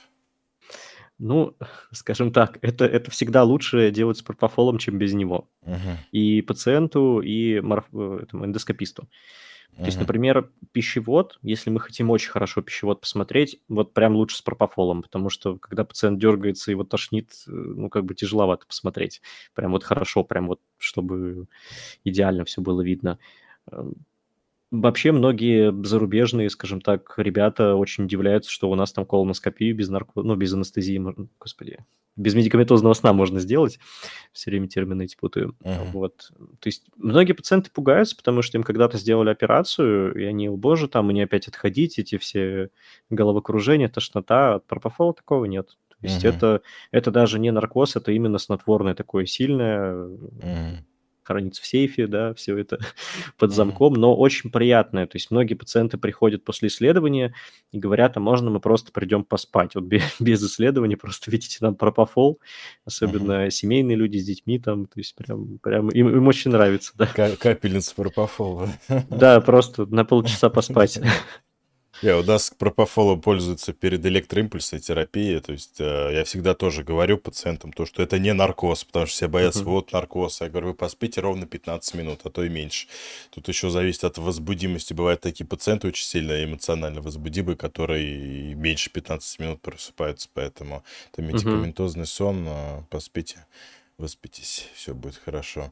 Ну, скажем так, это всегда лучше делать с пропофолом, чем без него. Мгм, И пациенту, и этому эндоскописту. То есть, мгм, например, пищевод, если мы хотим очень хорошо пищевод посмотреть, вот прям лучше с пропофолом, потому что когда пациент дергается и вот тошнит, ну, как бы тяжеловато посмотреть. Прям вот хорошо, прям вот, чтобы идеально все было видно. Эм, Вообще многие зарубежные, скажем так, ребята очень удивляются, что у нас там колоноскопию ну, без анестезии, господи, без медикаментозного сна можно сделать. Все время термины эти путаю. мгм, Вот. То есть многие пациенты пугаются, потому что им когда-то сделали операцию, и они, о боже, там мне опять отходить, эти все головокружения, тошнота. От пропофола такого нет. То есть мгм, это даже не наркоз, это именно снотворное такое сильное, мгм, хранится в сейфе, да, все это под мгм, замком, но очень приятное. То есть многие пациенты приходят после исследования и говорят, а можно мы просто придем поспать? Вот без исследования просто видите нам пропофол, мгм. особенно семейные люди с детьми там, то есть прям им очень нравится, да. Капельница пропофола. Да, просто на полчаса поспать. У нас пропофолом пользуются перед электроимпульсной терапией. То есть я всегда тоже говорю пациентам то, что это не наркоз, потому что все боятся, Мгм. вот наркоз. Я говорю, вы поспите ровно 15 минут, а то и меньше. Тут еще зависит от возбудимости. Бывают такие пациенты очень сильно эмоционально возбудимые, которые и меньше 15 минут просыпаются. Поэтому это Мгм. медикаментозный сон. Поспите, выспитесь, все будет хорошо.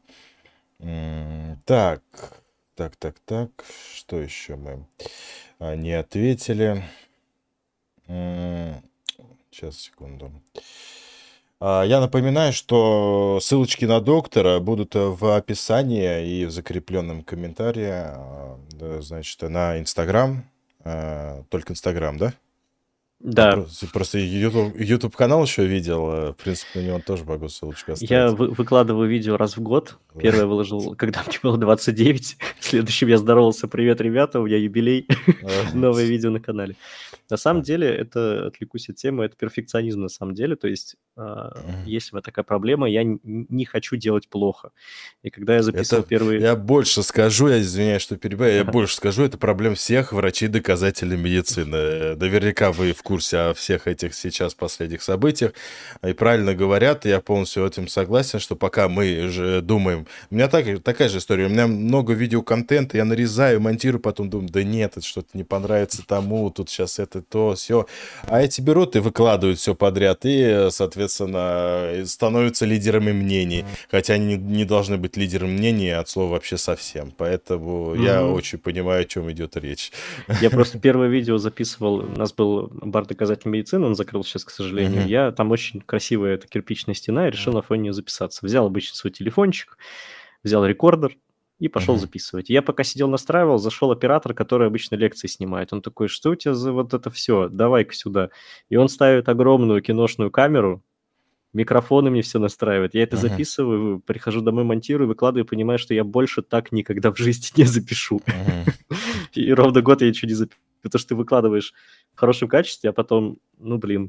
Так, так. Что еще мы не ответили? Сейчас, секунду. Я напоминаю, что ссылочки на доктора будут в описании и в закрепленном комментарии. Да, значит, на Инстаграм. Только Инстаграм, да? Да, Просто YouTube канал еще видел. В принципе, на него тоже могу ссылочку я оставить. выкладываю видео раз в год. Первое выложил, когда мне было 29. Следующим я здоровался. Привет, ребята, у меня юбилей. Новое видео на канале. На самом деле, это, отвлекусь от темы, это перфекционизм на самом деле. То есть, Мгм. есть у меня такая проблема, я не хочу делать плохо. И когда я записывал Это первые... я больше скажу, я извиняюсь, что перебиваю, я Ага. больше скажу, это проблема всех врачей доказательной медицины. Наверняка вы в курсе о всех этих сейчас последних событиях. И правильно говорят, я полностью этим согласен, что пока мы же думаем... У меня такая же история. У меня много видеоконтента, я нарезаю, монтирую, потом думаю, да нет, это что-то не понравится тому, тут сейчас это, то, все. А эти берут и выкладывают все подряд, и, соответственно, становятся лидерами мнений. Хотя они не должны быть лидером мнений от слова вообще совсем. Поэтому я очень понимаю, о чем идет речь. Я просто первое видео записывал, у нас был бар доказательной медицины, он закрыл сейчас, к сожалению. Я там очень красивая эта кирпичная стена, и решил на фоне нее записаться. Взял обычно свой телефончик, взял рекордер и пошел записывать. Я пока сидел настраивал, зашел оператор, который обычно лекции снимает. Он такой, что у тебя за вот это все? Давай-ка сюда. И он ставит огромную киношную камеру, микрофоны мне все настраивает. Я это записываю, прихожу домой, монтирую, выкладываю, понимаю, что я больше так никогда в жизни не запишу. И ровно год я ничего не запишу. Потому что ты выкладываешь в хорошем качестве, а потом, ну, блин.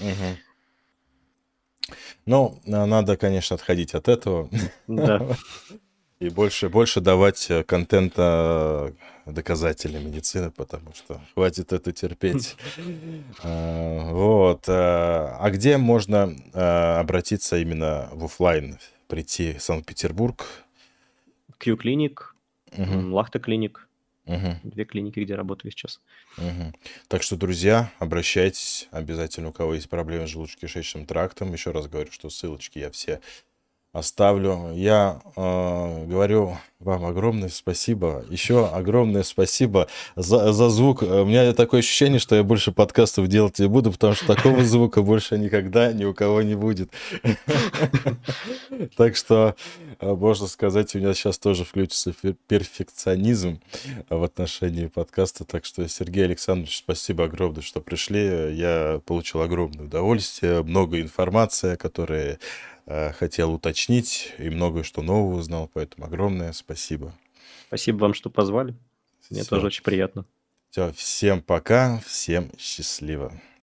Ну, надо, конечно, отходить от этого. Да. И больше давать контента доказательной медицины, потому что хватит это терпеть. Вот. А где можно обратиться именно в офлайн? Прийти в Санкт-Петербург? Q-клиник, Лахта-клиник. 2 клиники, где работаю сейчас. Так что, друзья, обращайтесь обязательно, у кого есть проблемы с желудочно-кишечным трактом. Еще раз говорю, что ссылочки я все оставлю. Я говорю вам огромное спасибо. Еще огромное спасибо за звук. У меня такое ощущение, что я больше подкастов делать не буду, потому что такого звука больше никогда ни у кого не будет. Так что, можно сказать, у меня сейчас тоже включится перфекционизм в отношении подкаста. Так что, Сергей Александрович, спасибо огромное, что пришли. Я получил огромное удовольствие, много информации, которые хотел уточнить, и многое что нового узнал, поэтому огромное спасибо. Спасибо вам, что позвали. Мне тоже очень приятно. Все, всем пока, всем счастливо.